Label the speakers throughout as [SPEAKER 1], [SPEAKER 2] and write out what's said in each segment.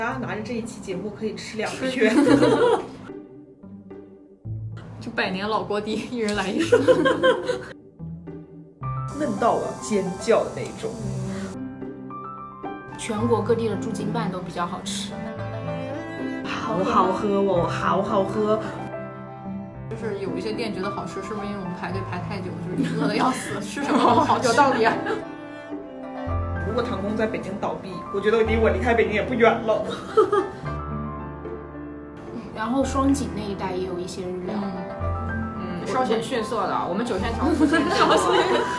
[SPEAKER 1] 大家拿着这一期节目可以吃2个月。
[SPEAKER 2] 就100年老锅底，一人来一勺。
[SPEAKER 1] 嫩到了尖叫的那种。
[SPEAKER 3] 全国各地的驻京拌都比较好吃，
[SPEAKER 1] 好好喝哦，好好喝。
[SPEAKER 2] 就是有一些店觉得好吃，是不是因为我们排队排太久，就是饿得要死，吃什么都好吃？有道理啊。
[SPEAKER 1] 如果唐宫在北京倒闭，我觉得离我离开北京也不远了。
[SPEAKER 3] 然后双井那一带也有一些日料，
[SPEAKER 2] 稍显逊色的，我们9线桥附近稍显。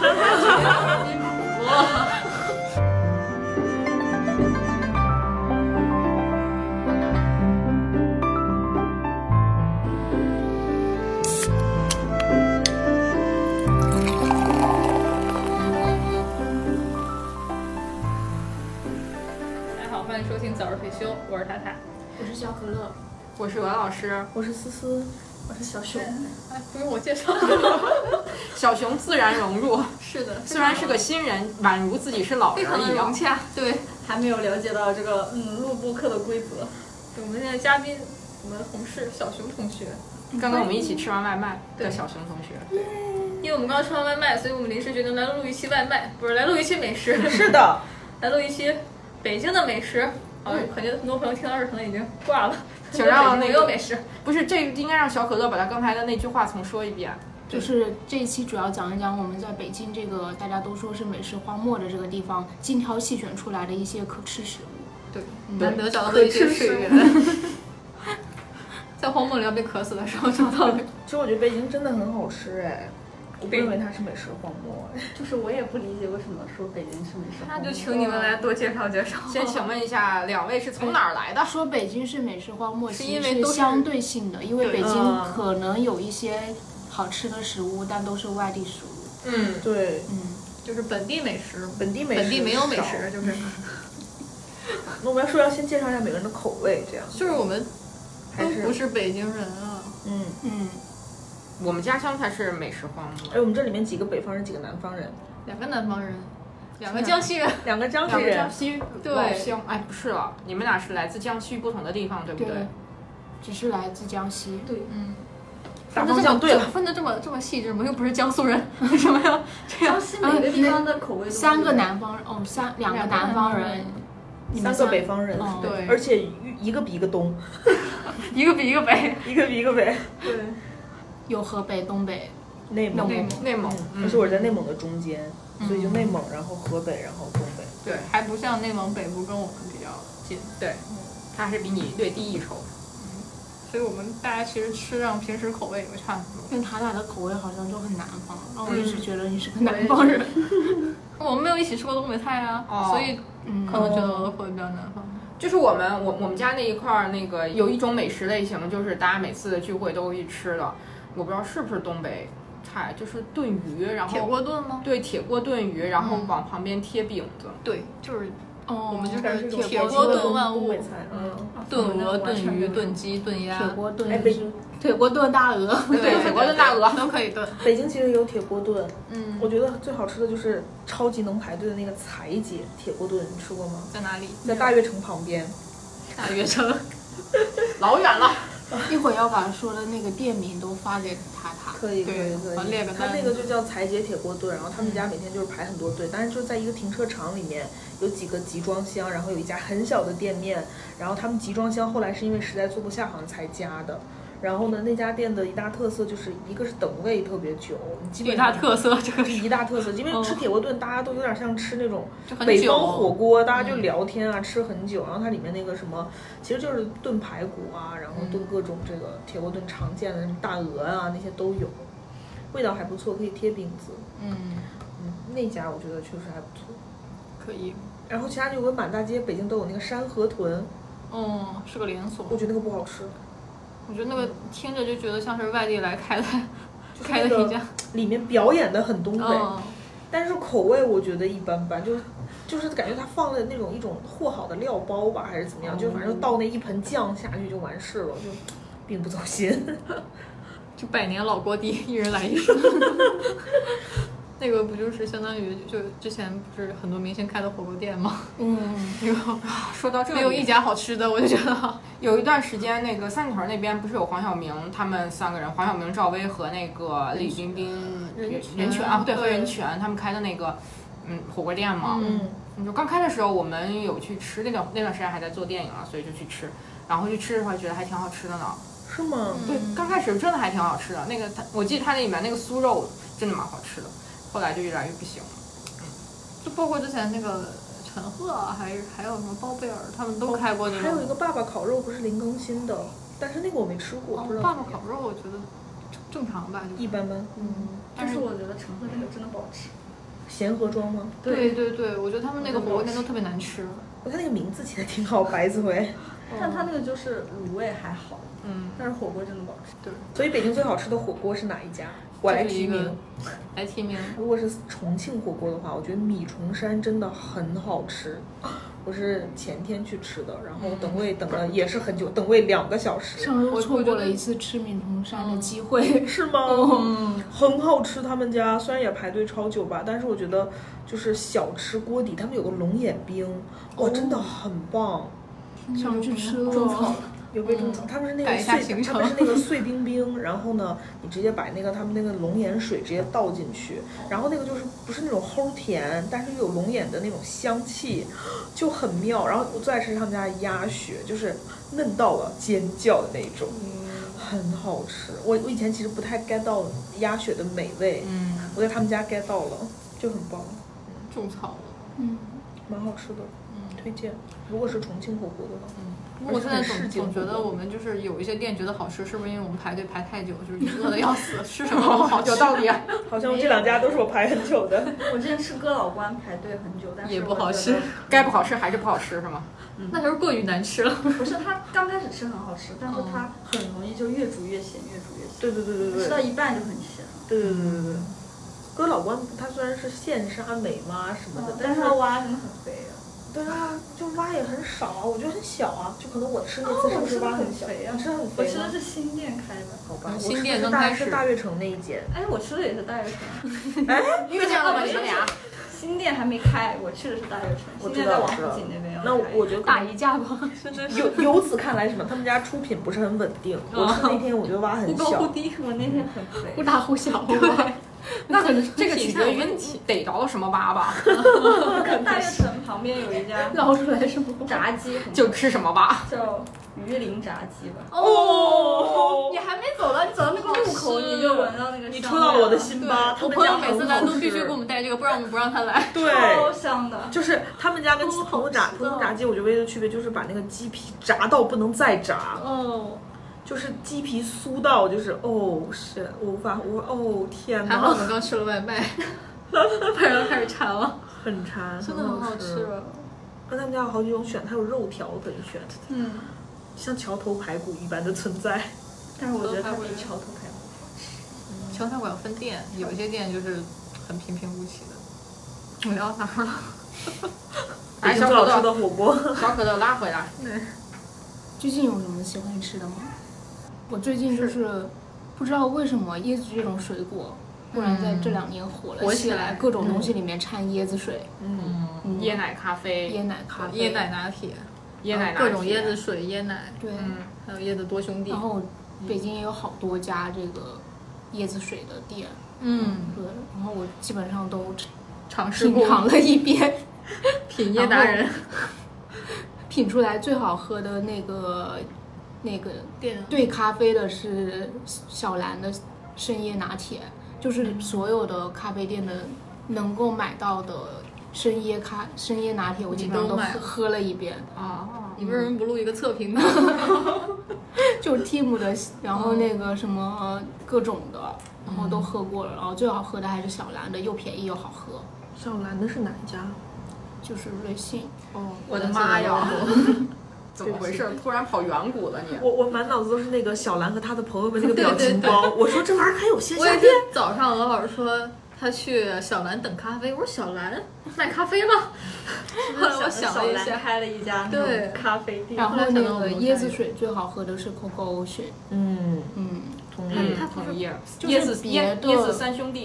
[SPEAKER 2] 收听早日退休，我是塔塔，
[SPEAKER 3] 我是小可乐，
[SPEAKER 2] 我是文老师，
[SPEAKER 1] 我是思思，
[SPEAKER 3] 我是小熊。
[SPEAKER 2] 不用我介绍。小熊自然融入，
[SPEAKER 3] 是的，
[SPEAKER 2] 虽然是个新人，宛如自己是老人一样。对，
[SPEAKER 3] 还没有了解到这个录播课的规则。
[SPEAKER 2] 我们现在嘉宾，我们的同事小熊同学，刚刚我们一起吃完外卖的小熊同学。因为我们刚刚吃完外卖，所以我们临时决定来录一期外卖，不是来录一期美食。
[SPEAKER 1] 是的，
[SPEAKER 2] 来录一期北京的美食。肯定很多朋友听到这可能已经挂了。
[SPEAKER 1] 请让
[SPEAKER 2] 那个美食不是，这应该让小可乐把他刚才的那句话重说一遍。
[SPEAKER 3] 就是这一期主要讲一讲我们在北京这个大家都说是美食荒漠的这个地方，精挑细选出来的一些可吃食物。
[SPEAKER 2] 对，难得找到的一些水源。在荒漠里要被渴死的时候找到的。
[SPEAKER 1] 其实我觉得北京真的很好吃哎。我不认为它是美食荒漠，
[SPEAKER 4] 就是我也不理解为什么说北京是美食荒漠。
[SPEAKER 2] 那就请你们来多介绍介绍。先请问一下，2位是从哪儿来的？
[SPEAKER 3] 说北京是美食荒漠，
[SPEAKER 2] 是因为
[SPEAKER 3] 是相对性的，因为北京可能有一些好吃的食物，但都是外地食物。
[SPEAKER 1] 对，
[SPEAKER 2] 就是本地美食，
[SPEAKER 1] 本地没
[SPEAKER 2] 有美食，就是。
[SPEAKER 1] 那我们要先介绍一下每个人的口味，这样。
[SPEAKER 2] 就是我们都不是北京人啊。我们家乡才是美食荒漠。
[SPEAKER 1] 我们这里面几个北方人，几个南方人
[SPEAKER 2] ？2个南方人，2个江西人
[SPEAKER 1] ，2个江西人。
[SPEAKER 2] 江西对乡，不是了，你们俩是来自江西不同的地方，对不对？
[SPEAKER 3] 只是来自江西。
[SPEAKER 2] 对，
[SPEAKER 1] 大方向对了，
[SPEAKER 2] 分的这么细致吗？又不是江苏人，为什么要这样？
[SPEAKER 4] 江西每个地方的口味都
[SPEAKER 3] 3个南方人，2个南方人
[SPEAKER 1] ，3个北方人，
[SPEAKER 2] 对，
[SPEAKER 1] 而且一个比一个东，
[SPEAKER 2] 一个比一个北，
[SPEAKER 1] 一个比一个北，
[SPEAKER 2] 对。
[SPEAKER 3] 有河北、东北、
[SPEAKER 1] 内蒙，而且我在内蒙的中间，所以就内蒙，然后河北，然后东北。
[SPEAKER 2] 对，还不像内蒙北部跟我们比较近。对，它还是比你略低一筹。所以我们大家其实吃上平时口味也会差很多。
[SPEAKER 3] 因为塔塔的口味好像都很南方，然后我一直觉得你是个南方人。
[SPEAKER 2] 我们没有一起吃过东北菜啊，所以可能觉得我的口味比较南方。就是我们家那一块儿那个有一种美食类型，就是大家每次的聚会都会去吃的。我不知道是不是东北菜，就是炖鱼，然后
[SPEAKER 4] 铁锅炖吗？
[SPEAKER 2] 对，铁锅炖鱼，然后往旁边贴饼子。
[SPEAKER 4] 对，就是
[SPEAKER 3] 我
[SPEAKER 4] 们就是
[SPEAKER 1] 铁
[SPEAKER 4] 锅炖万物，
[SPEAKER 2] 炖鹅、炖鱼、炖鸡、炖鸭。
[SPEAKER 3] 铁锅炖，铁锅炖大鹅，
[SPEAKER 2] 对，铁锅炖大鹅
[SPEAKER 4] 都可以炖。
[SPEAKER 1] 北京其实有铁锅炖，我觉得最好吃的就是超级能排队的那个财姐铁锅炖，你吃过吗？
[SPEAKER 2] 在哪里？
[SPEAKER 1] 在大悦城旁边。
[SPEAKER 2] 大悦城，老远了。
[SPEAKER 3] 一会儿要把说的那个店名都发给塔塔。
[SPEAKER 1] 可以。他那个就叫财姐铁锅炖，然后他们家每天就是排很多队，但是就在一个停车场里面有几个集装箱，然后有一家很小的店面，然后他们集装箱后来是因为实在做不下好像才加的。然后呢，那家店的一大特色就是一个是等位特别久，基本上
[SPEAKER 2] 一大特色，这个是
[SPEAKER 1] 一大特色，因为吃铁锅炖大家都有点像吃那种北方火锅，大家就聊天啊，吃很久。然后它里面那个什么，其实就是炖排骨啊，然后炖各种这个铁锅炖常见的什么大鹅啊那些都有，味道还不错，可以贴饼子。那家我觉得确实还不错，
[SPEAKER 2] 可以。
[SPEAKER 1] 然后其他就有个满大街，北京都有那个山河豚，
[SPEAKER 2] 是个连锁。
[SPEAKER 1] 我觉得那个不好吃。
[SPEAKER 2] 我觉得那个听着就觉得像是外地来开的一家，
[SPEAKER 1] 里面表演的很东北，但是口味我觉得一般般，就是感觉他放了一种和好的料包吧，还是怎么样，就反正倒那一盆酱下去就完事了，就并不走心。
[SPEAKER 2] 就100年老锅底，一人来一勺。 那个不就是相当于就之前不是很多明星开的火锅店吗？然后
[SPEAKER 3] 说到这里，
[SPEAKER 2] 没有一家好吃的，我就觉得有一段时间那个三里屯那边不是有黄晓明他们3个人，黄晓明、赵薇和那个李冰冰、任泉啊，对，和任泉他们开的那个火锅店嘛。你说刚开的时候我们有去吃，那段时间还在做电影了，所以就去吃，然后去吃的时候觉得还挺好吃的呢。
[SPEAKER 1] 是吗？
[SPEAKER 2] 对，刚开始真的还挺好吃的。那个我记得它那里面那个酥肉真的蛮好吃的，后来就越来越不行了。就包括之前那个陈赫，还有什么包贝尔，他们都开过那种。
[SPEAKER 1] 还有一个爸爸烤肉，不是林更新的，但是那个我没吃过，不知道。
[SPEAKER 2] 爸爸烤肉我觉得正常吧，
[SPEAKER 1] 一般般。
[SPEAKER 4] 但是我觉得陈赫那个真的不好吃。
[SPEAKER 1] 咸合庄吗？
[SPEAKER 2] 对，我觉得他们那个火锅店都特别难吃。
[SPEAKER 1] 他那个名字起的挺好，白子维。
[SPEAKER 4] 但他那个就是卤味还好，但是火锅真的不好吃。
[SPEAKER 1] 对，所以北京最好吃的火锅是哪一家？我来提名。
[SPEAKER 2] 来提名。
[SPEAKER 1] 如果是重庆火锅的话，我觉得米重山真的很好吃。我是前天去吃的，然后等位等了也是很久，等位2个小时。
[SPEAKER 3] 上周错过了一次吃米重山的机会，
[SPEAKER 1] 是吗？很好吃，他们家虽然也排队超久吧，但是我觉得就是小吃锅底，他们有个龙眼冰，哇，真的很棒。
[SPEAKER 3] 想去吃
[SPEAKER 1] 种草，有被种草。他们是那个碎冰冰，然后呢，你直接把他们那个龙眼水直接倒进去，然后那个就是不是那种齁甜，但是又有龙眼的那种香气，就很妙。然后我最爱吃他们家的鸭血，就是嫩到了尖叫的那种，很好吃。我以前其实不太 get 到鸭血的美味，我在他们家 get 到了，就很棒。
[SPEAKER 2] 种草了，
[SPEAKER 1] 蛮好吃的。推荐，如果是重庆火锅的话，
[SPEAKER 2] 我现在总觉得我们就是有一些店觉得好吃，是不是因为我们排队排太久，就是饿得要死，吃什么都好吃。
[SPEAKER 1] 有道理啊，好像这2家都是我排很久的。
[SPEAKER 4] 我之前吃哥老关排队很久，但是
[SPEAKER 2] 也不好吃，该不好吃还是不好吃是吗？那就是过于难吃了。
[SPEAKER 4] 不是，它刚开始吃很好吃，但是它很容易就越煮越咸，越煮越咸。
[SPEAKER 1] 对，
[SPEAKER 4] 吃到一半就很咸。
[SPEAKER 1] 对。哥老关它虽然是现杀美蛙什么的，
[SPEAKER 4] 但是它蛙真的很肥啊。
[SPEAKER 1] 对啊，就蛙也很少啊，我觉得很小啊，就可能我吃那次是不是蛙很小？
[SPEAKER 4] 你
[SPEAKER 1] 吃很肥吗？
[SPEAKER 4] 我吃的是新店开的，
[SPEAKER 1] 好吧，
[SPEAKER 2] 新店刚开始
[SPEAKER 1] 是大悦城那一间。
[SPEAKER 4] 哎，我吃的也是大悦城。
[SPEAKER 1] 哎，
[SPEAKER 2] 遇见了吗你们俩？
[SPEAKER 4] 新店还没开，我去的是大悦城。新店在王府井那边。
[SPEAKER 1] 那我觉得
[SPEAKER 3] 打一架吧。
[SPEAKER 1] 由此看来，什么？他们家出品不是很稳定。我吃那天我觉得蛙很小。
[SPEAKER 2] 忽高忽低，
[SPEAKER 4] 我那天很肥。
[SPEAKER 3] 忽大忽小。
[SPEAKER 2] 对。
[SPEAKER 3] 那可能
[SPEAKER 2] 这个取决于逮着了什么蛙吧。
[SPEAKER 4] 大悦城旁边有一家
[SPEAKER 3] 捞出来什么
[SPEAKER 4] 炸鸡，
[SPEAKER 2] 就吃什么蛙，
[SPEAKER 4] 叫榆林炸鸡吧。
[SPEAKER 3] 你还没走到，你走到那个路口，
[SPEAKER 4] 你就闻到那个香味。
[SPEAKER 1] 你戳到了我的心巴。
[SPEAKER 2] 我朋友每次来都必须给我们带这个，不然我们不让他来。
[SPEAKER 1] 对，
[SPEAKER 4] 超香的。
[SPEAKER 1] 就是他们家跟普通炸鸡，我觉得唯一的区别就是把那个鸡皮炸到不能再炸。就是鸡皮酥到就是是无法天哪！
[SPEAKER 2] 还好我们刚吃了外卖，不然开始馋了。
[SPEAKER 1] 很馋，
[SPEAKER 2] 真的很好吃。
[SPEAKER 1] 跟他们家有好几种选，它有肉条可以选。像桥头排骨一般的存在。
[SPEAKER 4] 但是我觉得它比桥头排骨好吃。
[SPEAKER 2] 桥头排骨要分店，有一些店就是很平平无奇的。我聊哪儿了？
[SPEAKER 1] 哎，小可乐的火锅，
[SPEAKER 2] 小可乐拉回来。
[SPEAKER 3] 最近有什么喜欢吃的吗？我最近就是不知道为什么椰子这种水果忽然在这2年火了起来，各种东西里面掺椰子水，
[SPEAKER 2] 椰奶咖啡、
[SPEAKER 3] 椰奶咖啡、
[SPEAKER 2] 椰奶拿铁、椰奶各种椰子水、椰奶，
[SPEAKER 3] 对，
[SPEAKER 2] 还有椰子多兄弟。
[SPEAKER 3] 然后北京也有好多家这个椰子水的店，对，然后我基本上都
[SPEAKER 2] 尝试过，
[SPEAKER 3] 品尝了一遍，
[SPEAKER 2] 品椰达人，
[SPEAKER 3] 品出来最好喝的那个兑咖啡的是小蓝的深椰拿铁，就是所有的咖啡店的能够买到的深椰拿铁，我基本上都喝了一遍。
[SPEAKER 2] 你为什么不录一个测评呢？
[SPEAKER 3] 就是 Team 的，然后那个什么各种的，然后都喝过了，然后最好喝的还是小蓝的，又便宜又好喝。
[SPEAKER 1] 小蓝的是哪一家？
[SPEAKER 3] 就是瑞幸。
[SPEAKER 2] 我的妈呀！怎么回事？突然跑远古了你！
[SPEAKER 1] 我满脑子都是那个小兰和他的朋友们那个表情包。我说这玩意儿还有线下店？
[SPEAKER 2] 早上鹅老师说他去小兰等咖啡，我说小兰卖咖啡了。后来我想了一下，
[SPEAKER 4] 开了一家那种咖啡店。
[SPEAKER 3] 然后那个椰子水最好喝的是 Coco Ocean。
[SPEAKER 1] 同意。
[SPEAKER 2] 它同意。
[SPEAKER 3] 就是
[SPEAKER 2] 椰子3兄弟。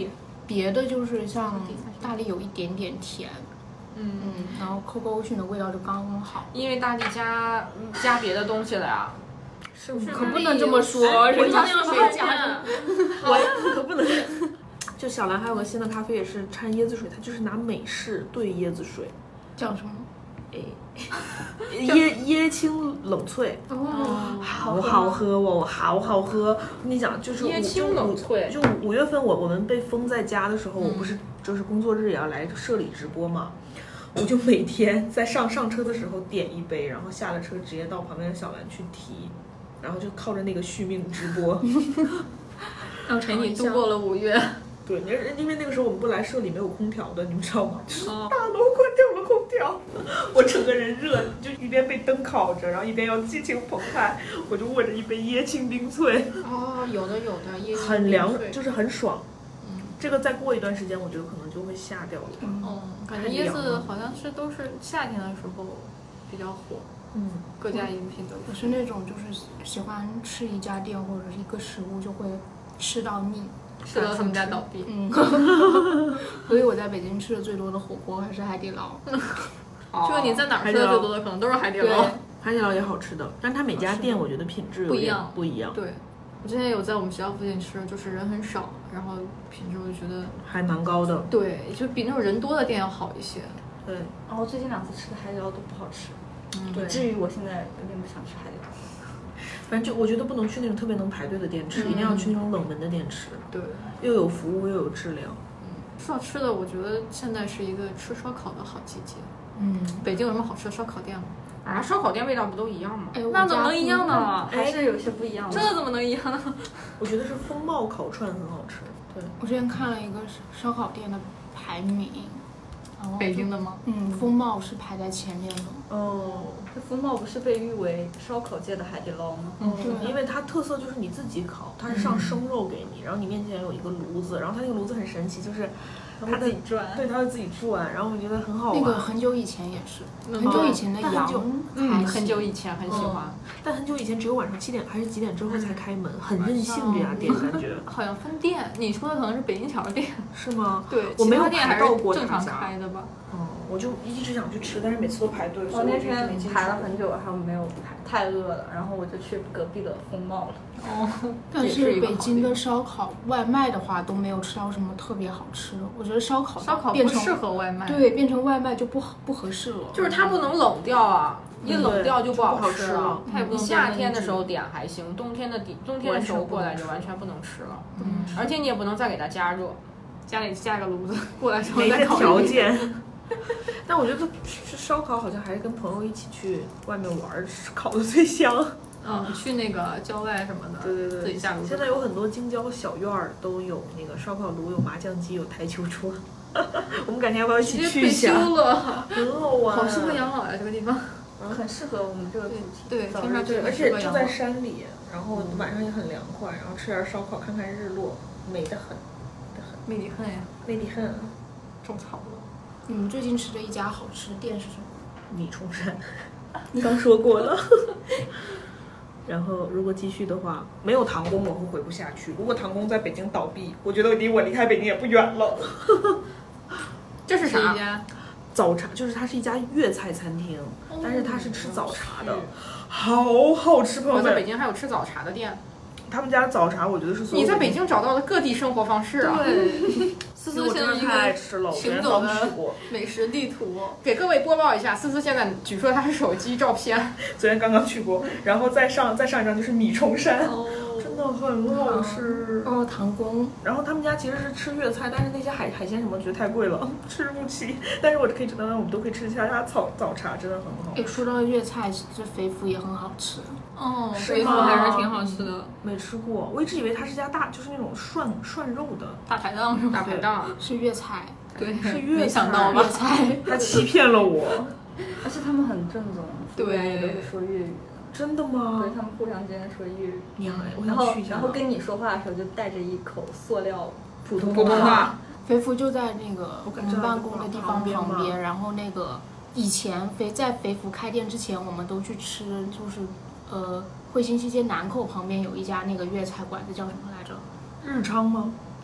[SPEAKER 3] 别的就是像大力有一点点甜。然后 Coco Ocean 的味道就刚刚好，
[SPEAKER 2] 因为大力加别的东西了呀。
[SPEAKER 3] 是不是？可不能这么说，人家是谁加的？
[SPEAKER 1] 我可不能。就小蓝还有个新的咖啡也是掺椰子水，它就是拿美式兑椰子水，
[SPEAKER 3] 叫什么？
[SPEAKER 1] 椰青冷萃，好好喝哦，好好喝。我跟你讲，就是
[SPEAKER 2] 椰青冷萃，
[SPEAKER 1] 就5月份我们被封在家的时候，我不是就是工作日也要来社里直播嘛，我就每天在上车的时候点一杯，然后下了车直接到旁边的小蓝去提，然后就靠着那个续命直播，
[SPEAKER 2] 陪你度过了5月。
[SPEAKER 1] 对，因为那个时候我们不来社里没有空调的，你们知道吗？就是大楼关掉了空调，我整个人热，就一边被灯烤着，然后一边要激情澎湃，我就握着一杯椰青冰萃。
[SPEAKER 2] 有的椰青
[SPEAKER 1] 很凉，就是很爽。这个再过一段时间，我觉得可能就会下掉了。
[SPEAKER 2] 感觉椰子好像都是夏天的时候比较火。各家饮品都有。
[SPEAKER 3] 我是那种就是喜欢吃一家店或者是一个食物就会吃到腻。
[SPEAKER 2] 吃到他们家倒闭，
[SPEAKER 3] 所以我在北京吃的最多的火锅还是海底捞。
[SPEAKER 2] 就你在哪儿吃的最多的可能都是海底捞。
[SPEAKER 1] 海底捞也好吃的，但是它每家店我觉得品质不一样。
[SPEAKER 2] 对，我之前有在我们学校附近吃，就是人很少，然后品质我就觉得
[SPEAKER 1] 还蛮高的。
[SPEAKER 2] 对，就比那种人多的店要好一些。
[SPEAKER 1] 对，
[SPEAKER 4] 然后最近2次吃的海底捞都不好吃，
[SPEAKER 1] 对，
[SPEAKER 4] 至于我现在有点不想吃海底捞。
[SPEAKER 1] 反正就我觉得不能去那种特别能排队的店吃，一定要去那种冷门的店吃。
[SPEAKER 2] 对，
[SPEAKER 1] 又有服务又有质量。
[SPEAKER 2] 说到吃的，我觉得现在是一个吃烧烤的好季节。北京有什么好吃的烧烤店吗？烧烤店味道不都一样吗？
[SPEAKER 3] 那
[SPEAKER 2] 怎么能一样呢？
[SPEAKER 4] 还是有些不一样的。
[SPEAKER 2] 这怎么能一样呢？
[SPEAKER 1] 我觉得是风貌烤串很好吃。对，
[SPEAKER 3] 我之前看了一个烧烤店的排名。
[SPEAKER 2] 北京的吗？
[SPEAKER 3] 风貌是排在前面的。
[SPEAKER 4] 这风貌不是被誉为烧烤界的海底捞吗？
[SPEAKER 1] 对，因为它特色就是你自己烤，它是上生肉给你，然后你面前有一个炉子，然后它那个炉子很神奇，就是
[SPEAKER 4] 它自己转，
[SPEAKER 1] 对，它会自己转，然后我觉得很好玩。
[SPEAKER 3] 那个很久以前也是，很久以前的羊，
[SPEAKER 2] 很久以前很喜欢，
[SPEAKER 1] 但很久以前只有晚上7点还是几点之后才开门，很任性这家店感觉。
[SPEAKER 2] 好像分店，你说的可能是北京桥店，
[SPEAKER 1] 是吗？
[SPEAKER 2] 对，
[SPEAKER 1] 我没有
[SPEAKER 2] 排
[SPEAKER 1] 到过
[SPEAKER 2] 正常开的吧。
[SPEAKER 1] 我就一直想去吃，但是每次都排队。
[SPEAKER 4] 我那天排了很久，还没有排，太饿了，然后我就去隔壁的风貌了。
[SPEAKER 3] 但是北京的烧烤外卖的话都没有吃到什么特别好吃的，我觉得烧烤
[SPEAKER 2] 不适合外卖，
[SPEAKER 3] 对，变成外卖就不合适了。
[SPEAKER 2] 就是它不能冷掉啊，一冷掉就不好吃了。
[SPEAKER 1] 它也不能
[SPEAKER 2] 夏天的时候点还行，冬天的时候过来就完全不能吃了。而且你也不能再给它加热，家里加个炉子过来之后再烤。
[SPEAKER 1] 条件。但我觉得吃烧烤好像还是跟朋友一起去外面玩，烤的最香。
[SPEAKER 2] 去那个郊外什么的，
[SPEAKER 1] 对，
[SPEAKER 2] 自己下炉。
[SPEAKER 1] 现在有很多京郊小院都有那个烧烤炉，有麻将机，有台球桌。我们改天要不要一起去一下？
[SPEAKER 2] 退休了，
[SPEAKER 1] 很好玩，
[SPEAKER 2] 好适合养老呀，这个地方。
[SPEAKER 4] 很适合我们这个主题。
[SPEAKER 2] 对，听上去
[SPEAKER 1] 而且就在山里，然后晚上也很凉快，然后吃点烧烤，看看日落，美得很，
[SPEAKER 2] 美得很呀，
[SPEAKER 1] 美得很。
[SPEAKER 2] 种草了。
[SPEAKER 3] 你们最近吃的一家好吃的店是什么？
[SPEAKER 1] 米冲山，刚说过了。然后如果继续的话，没有唐宫我会回不下去。如果唐宫在北京倒闭，我觉得离我离开北京也不远了。
[SPEAKER 2] 这是啥家？
[SPEAKER 1] 早茶，就是它是一家粤菜餐厅，但是它是吃早茶的，好好吃。朋友们，
[SPEAKER 2] 我在北京还有吃早茶的店。
[SPEAKER 1] 他们家早茶我觉得是
[SPEAKER 2] 你在北京找到的各地生活方式啊。
[SPEAKER 3] 对。
[SPEAKER 2] 思思现在一个行走的美食地图，给各位播报一下，思思现在举出了他的手机照片，
[SPEAKER 1] 昨天刚刚去过，然后再上一张就是米冲山，真的很好吃。
[SPEAKER 3] 唐宫。
[SPEAKER 1] 然后他们家其实是吃粤菜，但是那些海鲜什么觉得太贵了，吃不起。但是我可以我们都可以吃下他早茶，真的很好。
[SPEAKER 3] 说到粤菜，这肥福也很好吃。
[SPEAKER 2] 肥福还是挺好吃的。
[SPEAKER 1] 没吃过，我一直以为它是家就是那种涮肉的
[SPEAKER 2] 大排档是吧？大排档
[SPEAKER 3] 是粤菜，
[SPEAKER 2] 对，
[SPEAKER 1] 是粤菜。
[SPEAKER 2] 没想到吧？
[SPEAKER 3] 粤菜，
[SPEAKER 1] 他欺骗了我。
[SPEAKER 4] 而且他们很正宗，
[SPEAKER 2] 对，
[SPEAKER 4] 都是说粤语。
[SPEAKER 1] 真的吗？
[SPEAKER 4] 对，他们互相之间说粤语。
[SPEAKER 1] 然
[SPEAKER 4] 后跟你说话的时候就带着一口塑料
[SPEAKER 1] 普通
[SPEAKER 2] 话。
[SPEAKER 3] 肥福就在那个我们办公的地方旁边，然后那个以前在肥福开店之前，我们都去吃，就是惠新西街南口旁边有一家那个粤菜馆子，叫什么来着？
[SPEAKER 1] 日昌吗？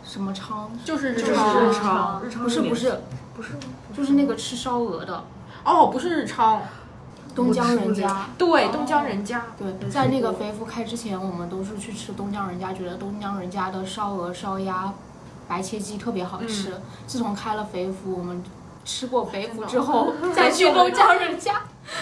[SPEAKER 3] 什么昌？
[SPEAKER 2] 就是日
[SPEAKER 1] 昌，
[SPEAKER 3] 不是，就是那个吃烧鹅的。
[SPEAKER 2] 哦，不是日昌，
[SPEAKER 3] 东江人家。
[SPEAKER 2] 对，东江人家。
[SPEAKER 3] 对，在那个肥福开之前，我们都是去吃东江人家，觉得东江人家的烧鹅、烧鸭、白切鸡特别好吃。自从开了肥福，我们吃过肥福之后，再去东江人家。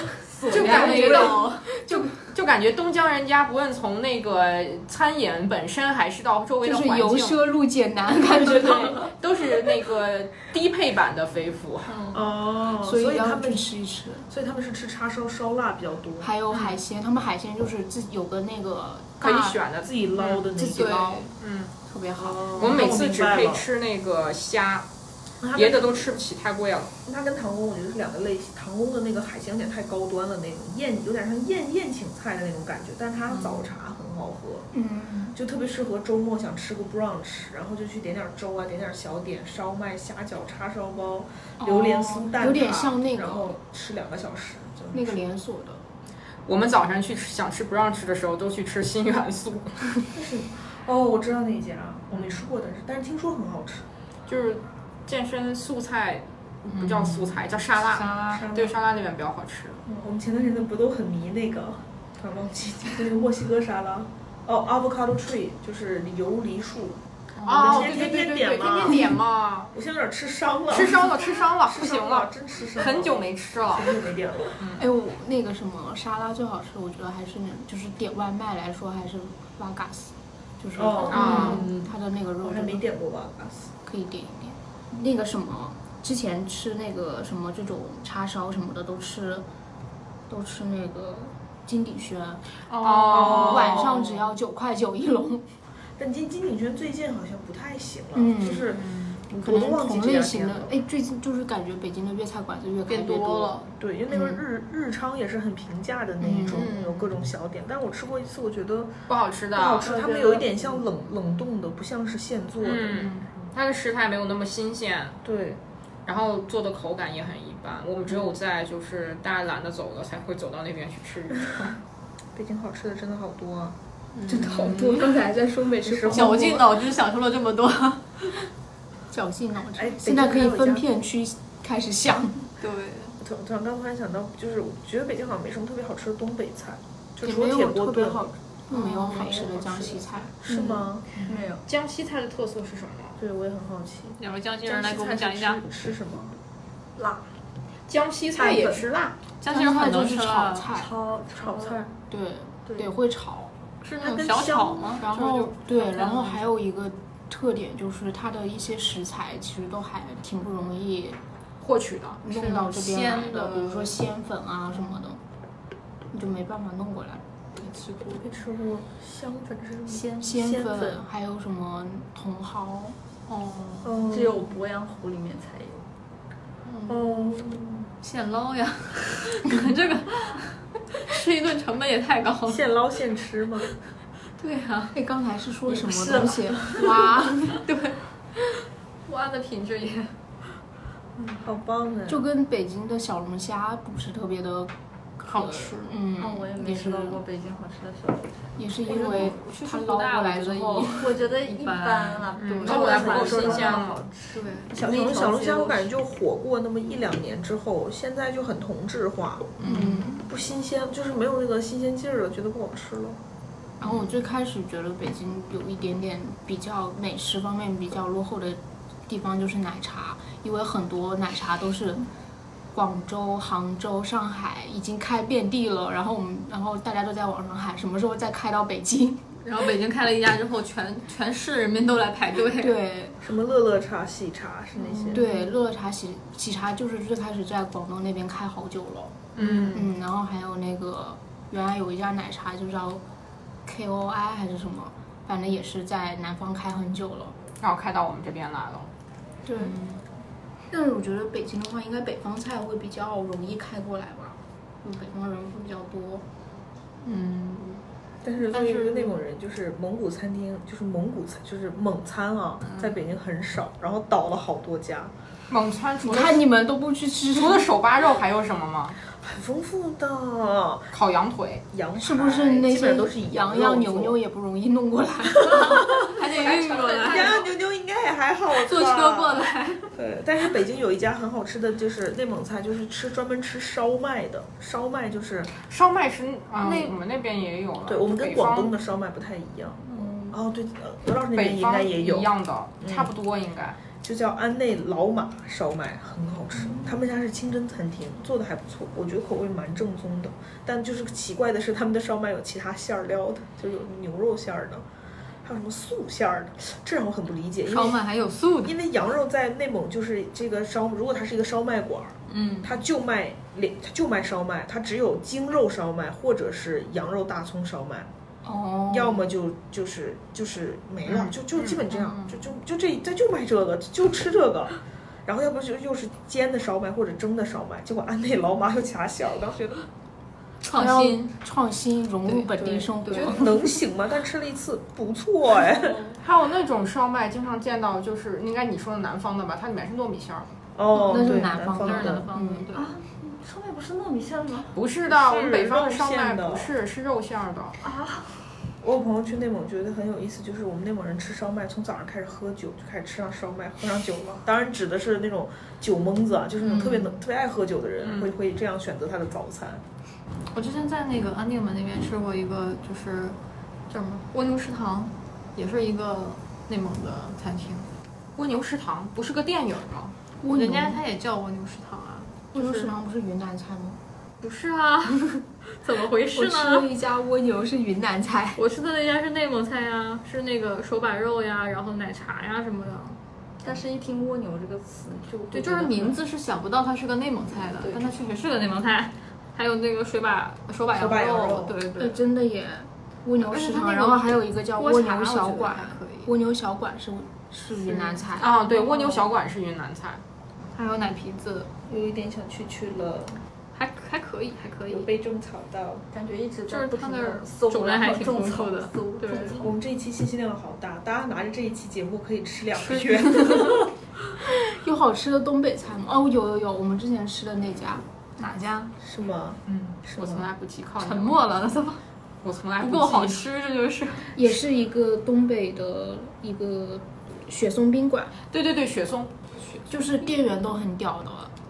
[SPEAKER 2] 就感觉东江人家不论从那个餐饮本身还是到周围的环境，
[SPEAKER 3] 就是由奢入俭难，感觉
[SPEAKER 2] 都是那个低配版的肥福。
[SPEAKER 3] 所以他们吃一吃。
[SPEAKER 1] 所以他们是吃叉烧烧腊比较多，
[SPEAKER 3] 还有海鲜，他们海鲜就是自己有个那个
[SPEAKER 2] 可以选的，
[SPEAKER 1] 自己捞的那种，
[SPEAKER 3] 自己捞，
[SPEAKER 2] 特
[SPEAKER 3] 别好。
[SPEAKER 2] 我们每次只配吃那个虾。别的都吃不起，太贵了。
[SPEAKER 1] 它跟唐宫我觉得是两个类型，唐宫的那个海鲜有点太高端了，那种有点像宴请菜的那种感觉，但是它早茶很好喝，就特别适合周末想吃个 brunch， 然后就去点点粥啊，点点小点，烧麦、虾饺、叉烧包、榴莲酥蛋挞，
[SPEAKER 3] 有点像那个，
[SPEAKER 1] 然后吃2个小时。
[SPEAKER 3] 那个连锁的。
[SPEAKER 2] 我们早上想吃 brunch 的时候，都去吃新元素。
[SPEAKER 1] 我知道那一家，我没吃过，但是听说很好吃，
[SPEAKER 2] 就是。健身素菜不叫素菜，叫沙拉。对，沙拉那边比较好吃。
[SPEAKER 1] 我们前段时间不都很迷那个，突然忘记那个墨西哥沙拉。avocado tree 就是油梨树。
[SPEAKER 2] 对，
[SPEAKER 1] 天天
[SPEAKER 2] 点嘛。
[SPEAKER 1] 我现在有点吃伤了，
[SPEAKER 2] 不行了，
[SPEAKER 1] 真吃伤了。
[SPEAKER 2] 很久没吃了，
[SPEAKER 1] 很久没点了。
[SPEAKER 3] 我那个什么沙拉最好吃，我觉得还是就是点外卖来说还是瓦嘎斯，就是它的那个肉。
[SPEAKER 1] 我还没点过瓦嘎斯，
[SPEAKER 3] 可以点一点。那个什么，之前吃那个什么这种叉烧什么的都吃那个金鼎轩。晚上只要9.9块一笼。
[SPEAKER 1] 但金鼎轩最近好像不太行了，就是
[SPEAKER 3] 可能同类型的。最近就是感觉北京的粤菜馆子越开越多了。
[SPEAKER 1] 对，因为那个日昌也是很平价的那一种，有各种小点。但是我吃过一次，我觉得
[SPEAKER 2] 不好吃的。
[SPEAKER 1] 他们有一点像冷冻的，不像是现做的。
[SPEAKER 2] 它的食材没有那么新鲜，
[SPEAKER 1] 对，
[SPEAKER 2] 然后做的口感也很一般。我们只有在就是大家懒得走了，才会走到那边去吃。
[SPEAKER 1] 北京好吃的真的好多啊，
[SPEAKER 3] 真的好多。刚才还在说美食，
[SPEAKER 5] 绞尽脑汁想出了这么多。
[SPEAKER 3] 绞尽脑汁，现在可以分片区开始想。
[SPEAKER 5] 对，
[SPEAKER 1] 突然想到，就是我觉得北京好像没什么特别好吃的东北菜，就
[SPEAKER 3] 除了铁锅炖，没有好吃的江西菜，
[SPEAKER 1] 是吗？
[SPEAKER 4] 没有。
[SPEAKER 2] 江西菜的特色是什么？
[SPEAKER 1] 对，我也很好奇。
[SPEAKER 5] 两位江西人来给我们讲一讲。
[SPEAKER 1] 吃什么？
[SPEAKER 4] 辣。
[SPEAKER 2] 江西菜也吃辣。
[SPEAKER 3] 江西菜就是炒菜。
[SPEAKER 1] 炒菜。
[SPEAKER 3] 对，会炒。
[SPEAKER 5] 是那种小炒吗？
[SPEAKER 3] 然后对，然后还有一个特点就是它的一些食材其实都还挺不容易
[SPEAKER 2] 获取的，
[SPEAKER 3] 弄到这边来的，比如说鲜粉啊什么的，你就没办法弄过来。
[SPEAKER 1] 没吃过香粉是什么？
[SPEAKER 3] 鲜粉，还有什么茼蒿？
[SPEAKER 4] 只有鄱阳湖里面才有。
[SPEAKER 5] 现捞呀！你们这个吃一顿成本也太高了。
[SPEAKER 1] 现捞现吃吗？
[SPEAKER 5] 对啊。
[SPEAKER 3] 刚才是说什么东西？挖？
[SPEAKER 5] 对，挖的品质也，
[SPEAKER 1] 好棒啊！
[SPEAKER 3] 就跟北京的小龙虾不是特别的
[SPEAKER 5] 好吃。
[SPEAKER 4] 我也没吃到过北京好吃的小龙虾。
[SPEAKER 3] 也是因为它捞过来之后，
[SPEAKER 4] 我觉得一般了，
[SPEAKER 2] 捞过来不够新鲜。
[SPEAKER 1] 对，小龙虾我感觉就火过那么1-2年之后，现在就很同质化，不新鲜，就是没有那个新鲜劲儿了，觉得不好吃了。
[SPEAKER 3] 然后我最开始觉得北京有一点点比较美食方面比较落后的地方就是奶茶，因为很多奶茶都是广州、杭州、上海已经开遍地了，然后大家都在网上喊什么时候再开到北京。
[SPEAKER 5] 然后北京开了一家之后，全市人民都来排队。
[SPEAKER 3] 对，
[SPEAKER 1] 什么乐乐茶、喜茶是那些。
[SPEAKER 3] 对，乐乐茶、喜茶就是最开始在广东那边开好久了。然后还有那个原来有一家奶茶就叫 KOI 还是什么，反正也是在南方开很久了，
[SPEAKER 2] 然后开到我们这边来了。
[SPEAKER 3] 对。但是我觉得北京的话，应该北方菜会比较容易开过来吧，因为北方人会比较多。
[SPEAKER 1] 但是作为内蒙人，就是蒙古餐厅，就是蒙古餐，就是蒙餐啊，在北京很少，然后倒了好多家。
[SPEAKER 2] 蒙餐，
[SPEAKER 3] 你看你们都不去吃，
[SPEAKER 2] 除了手扒肉还有什么吗？
[SPEAKER 1] 很丰富的。
[SPEAKER 2] 烤羊腿，
[SPEAKER 1] 羊
[SPEAKER 3] 是不是那些
[SPEAKER 1] 都是
[SPEAKER 3] 羊羊牛牛也不容易弄过来，
[SPEAKER 5] 还得运过来。
[SPEAKER 1] 羊羊牛牛应该也还好，
[SPEAKER 5] 坐车过来。
[SPEAKER 1] 对，但是北京有一家很好吃的就是内蒙菜，就是专门吃烧麦的。烧麦是
[SPEAKER 2] 我们那边也有了。
[SPEAKER 1] 对，我们跟广东的烧麦不太一样。哦，对，鹅老师那边应该也有
[SPEAKER 2] 一样的，差不多应该。
[SPEAKER 1] 就叫安内老马烧麦，很好吃。他们家是清真餐厅，做的还不错，我觉得口味蛮正宗的。但就是奇怪的是，他们的烧麦有其他馅儿料的，就有牛肉馅儿的，还有什么素馅儿的，这让我很不理解。
[SPEAKER 5] 烧麦还有素的，
[SPEAKER 1] 因为羊肉在内蒙就是这个如果它是一个烧麦馆，它就卖烧麦，它只有精肉烧麦或者是羊肉大葱烧麦。要么就是没了，就基本这样，就卖这个，就吃这个，然后要不就又是煎的烧麦或者蒸的烧麦，结果安内老马又其他馅儿，我当时觉得
[SPEAKER 3] 创新融入本地生活，
[SPEAKER 1] 能行吗？但吃了一次不错哎。
[SPEAKER 2] 还有那种烧麦经常见到，就是应该你说的南方的吧，它里面是糯米馅儿。
[SPEAKER 3] 那是
[SPEAKER 1] 南
[SPEAKER 3] 方的，
[SPEAKER 5] 对
[SPEAKER 4] 啊。烧麦不是糯米馅吗？
[SPEAKER 2] 不是的，我们北方的烧麦不是，是肉馅的
[SPEAKER 4] 啊。
[SPEAKER 1] 我有朋友去内蒙，觉得很有意思，就是我们内蒙人吃烧麦，从早上开始喝酒，就开始吃上烧麦，喝上酒了。当然指的是那种酒蒙子啊，就是那种特别爱喝酒的人，会这样选择他的早餐。
[SPEAKER 5] 我之前在那个安定门那边吃过一个，就是叫什么蜗牛食堂，也是一个内蒙的餐厅。
[SPEAKER 2] 蜗牛食堂不是个电影吗？
[SPEAKER 5] 人家它也叫蜗牛食堂啊。
[SPEAKER 3] 蜗牛食堂不是云南菜吗？
[SPEAKER 5] 不是啊，怎么回事呢？
[SPEAKER 3] 我吃了一家蜗牛是云南菜，
[SPEAKER 5] 我吃的那家是内蒙菜呀，是那个手把肉呀，然后奶茶呀什么的。
[SPEAKER 4] 但是一听蜗牛这个词
[SPEAKER 5] 对，就是名字是想不到它是个内蒙菜的，但它确实是个内蒙菜。还有那个手把羊肉，对，
[SPEAKER 3] 真的耶。蜗牛食堂，然后还有一个叫蜗牛小馆，蜗牛小馆是云南菜
[SPEAKER 2] 啊，对，蜗牛小馆是云南菜。
[SPEAKER 5] 还有奶皮子，
[SPEAKER 1] 有一点想去了。
[SPEAKER 5] 还可以，
[SPEAKER 1] 有被种草到，
[SPEAKER 4] 感觉一直
[SPEAKER 5] 就是它那儿种类还挺丰富的。对，
[SPEAKER 1] 我们这一期信息量好大，大家拿着这一期节目可以吃2个月。
[SPEAKER 3] 有好吃的东北菜吗？哦，有，我们之前吃的那家。
[SPEAKER 5] 哪家？
[SPEAKER 1] 是吗？
[SPEAKER 2] 我从来不依靠。
[SPEAKER 5] 沉默了，那怎么？
[SPEAKER 2] 我从来
[SPEAKER 5] 不够好吃，这就是。
[SPEAKER 3] 也是一个东北的一个雪松宾馆。
[SPEAKER 2] 对，雪松，
[SPEAKER 3] 就是店员都很屌的。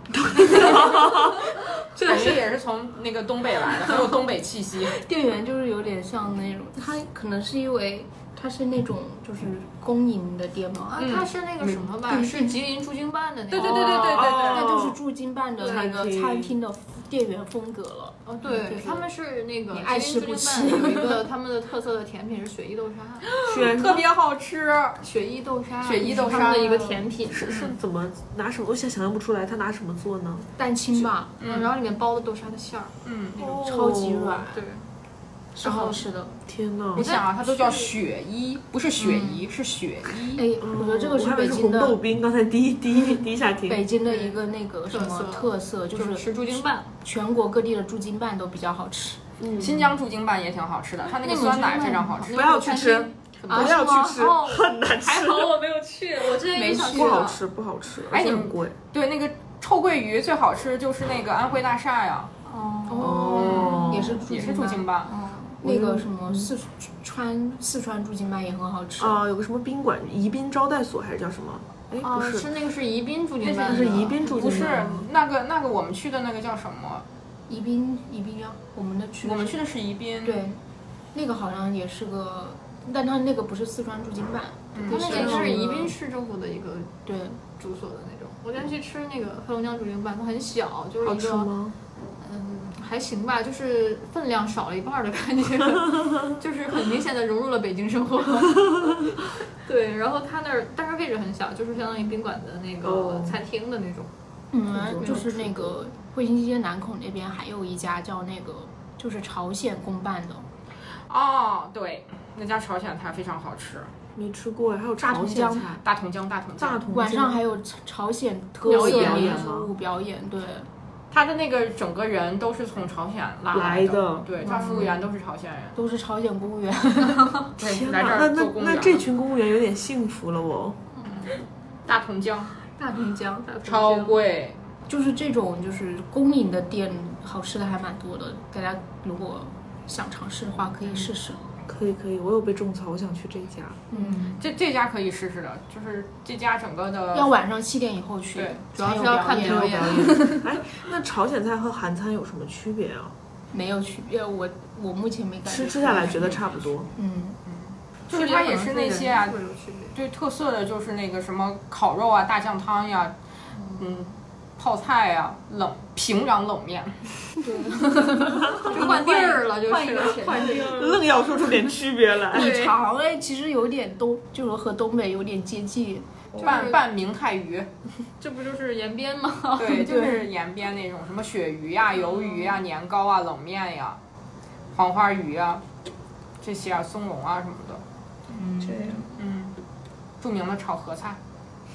[SPEAKER 2] 这个也是从那个东北来的，很有东北气息。
[SPEAKER 3] 店员就是有点像那种，他可能是因为他是那种就是公营的店嘛，
[SPEAKER 5] 他是那个什么吧，是吉林驻京办的那个。
[SPEAKER 2] 对，
[SPEAKER 3] 那就是驻京办的那个餐厅的店员风格了。
[SPEAKER 5] 对，他们是那个
[SPEAKER 3] 爱吃不吃，
[SPEAKER 5] 有一个他们的特色的甜品是雪衣豆沙，
[SPEAKER 2] 特别好吃。
[SPEAKER 5] 雪衣豆沙
[SPEAKER 2] 他
[SPEAKER 5] 们的一个甜品
[SPEAKER 1] 是怎么拿什么？我想象不出来，他拿什么做呢？
[SPEAKER 3] 蛋清吧，
[SPEAKER 5] 然后里面包的豆沙的馅儿，
[SPEAKER 3] 那种超级软，
[SPEAKER 5] 对，
[SPEAKER 3] 是好吃的。
[SPEAKER 1] 天哪！
[SPEAKER 2] 你想啊，它都叫雪衣，不是雪衣，是雪衣。
[SPEAKER 3] 哎，我觉得这个是北京的。
[SPEAKER 1] 红豆冰，刚才第一下听。
[SPEAKER 3] 北京的一个那个什么特色，就是
[SPEAKER 5] 吃驻京办，
[SPEAKER 3] 全国各地的驻京办都比较好吃。
[SPEAKER 2] 新疆驻京办也挺好吃的，它那个酸奶非常好吃。
[SPEAKER 1] 不要去吃，不要去吃，很难吃。
[SPEAKER 5] 还好我没有去，我之前
[SPEAKER 2] 没去。
[SPEAKER 1] 不好吃，
[SPEAKER 2] 哎，
[SPEAKER 1] 很贵。
[SPEAKER 2] 对，那个臭鳜鱼最好吃就是那个安徽大厦呀。
[SPEAKER 3] 也是
[SPEAKER 2] 驻京办。
[SPEAKER 3] 那个什么四川驻京办也很好吃
[SPEAKER 1] 有个什么宾馆，宜宾招待所还是叫什么？哎，不是，
[SPEAKER 5] 是那个是宜宾驻京办，
[SPEAKER 1] 是宜宾驻京办，
[SPEAKER 2] 不是那个我们去的那个叫什么？
[SPEAKER 3] 宜宾啊，我们
[SPEAKER 2] 去的是宜宾，
[SPEAKER 3] 对，那个好像也是个，但它那个不是四川驻京办，
[SPEAKER 5] 它那个是宜宾市政府的一个
[SPEAKER 3] 对
[SPEAKER 5] 住所的那种。我之前去吃那个黑龙江驻京办，它很小，就是一个。
[SPEAKER 1] 好吃吗？
[SPEAKER 5] 还行吧，就是分量少了一半的感觉，就是很明显的融入了北京生活。对，然后它那儿，但是位置很小，就是相当于宾馆的那个餐厅的那种。
[SPEAKER 3] 就是那个汇新街南口那边还有一家叫那个，就是朝鲜公办的。
[SPEAKER 2] 对，那家朝鲜菜非常好吃。
[SPEAKER 1] 没吃过，还有朝鲜菜，
[SPEAKER 2] 大同江。
[SPEAKER 3] 晚上还有朝鲜特色民族表演，对。
[SPEAKER 2] 他的那个整个人都是从朝鲜来的，对，他服务员都是朝鲜人，
[SPEAKER 3] 都是朝鲜公务员。
[SPEAKER 2] 对，来这儿做公务员。
[SPEAKER 1] 那这群公务员有点幸福了哦。
[SPEAKER 2] 大同江，
[SPEAKER 5] 超
[SPEAKER 2] 贵。
[SPEAKER 3] 就是这种就是公营的店，好吃的还蛮多的，大家如果想尝试的话，可以试试。
[SPEAKER 1] 可以，我有被种草，我想去这家。
[SPEAKER 2] 这家可以试试的，就是这家整个的
[SPEAKER 3] 要晚上7点以后去，
[SPEAKER 2] 对，
[SPEAKER 5] 主要是要看表演。
[SPEAKER 1] 哎，那朝鲜菜和韩餐有什么区别啊？
[SPEAKER 3] 没有区别，我目前没感觉。
[SPEAKER 1] 吃下来觉得差不多。
[SPEAKER 2] 就是它也是那些啊，最特色的就是那个什么烤肉啊、大酱汤呀，泡菜呀、平壤冷面，
[SPEAKER 5] 就换地儿了，就是
[SPEAKER 4] 换地儿，
[SPEAKER 1] 愣要说出点区别来。
[SPEAKER 3] 米肠哎，其实有点就是和东北有点接近，
[SPEAKER 2] 拌明太鱼，
[SPEAKER 5] 这不就是延边吗？
[SPEAKER 2] 对，就是延边那种什么鳕鱼呀、鱿鱼呀、年糕啊、冷面呀、黄花鱼啊，这些啊、松茸啊什么的。
[SPEAKER 1] 这样。
[SPEAKER 2] 著名的炒合菜。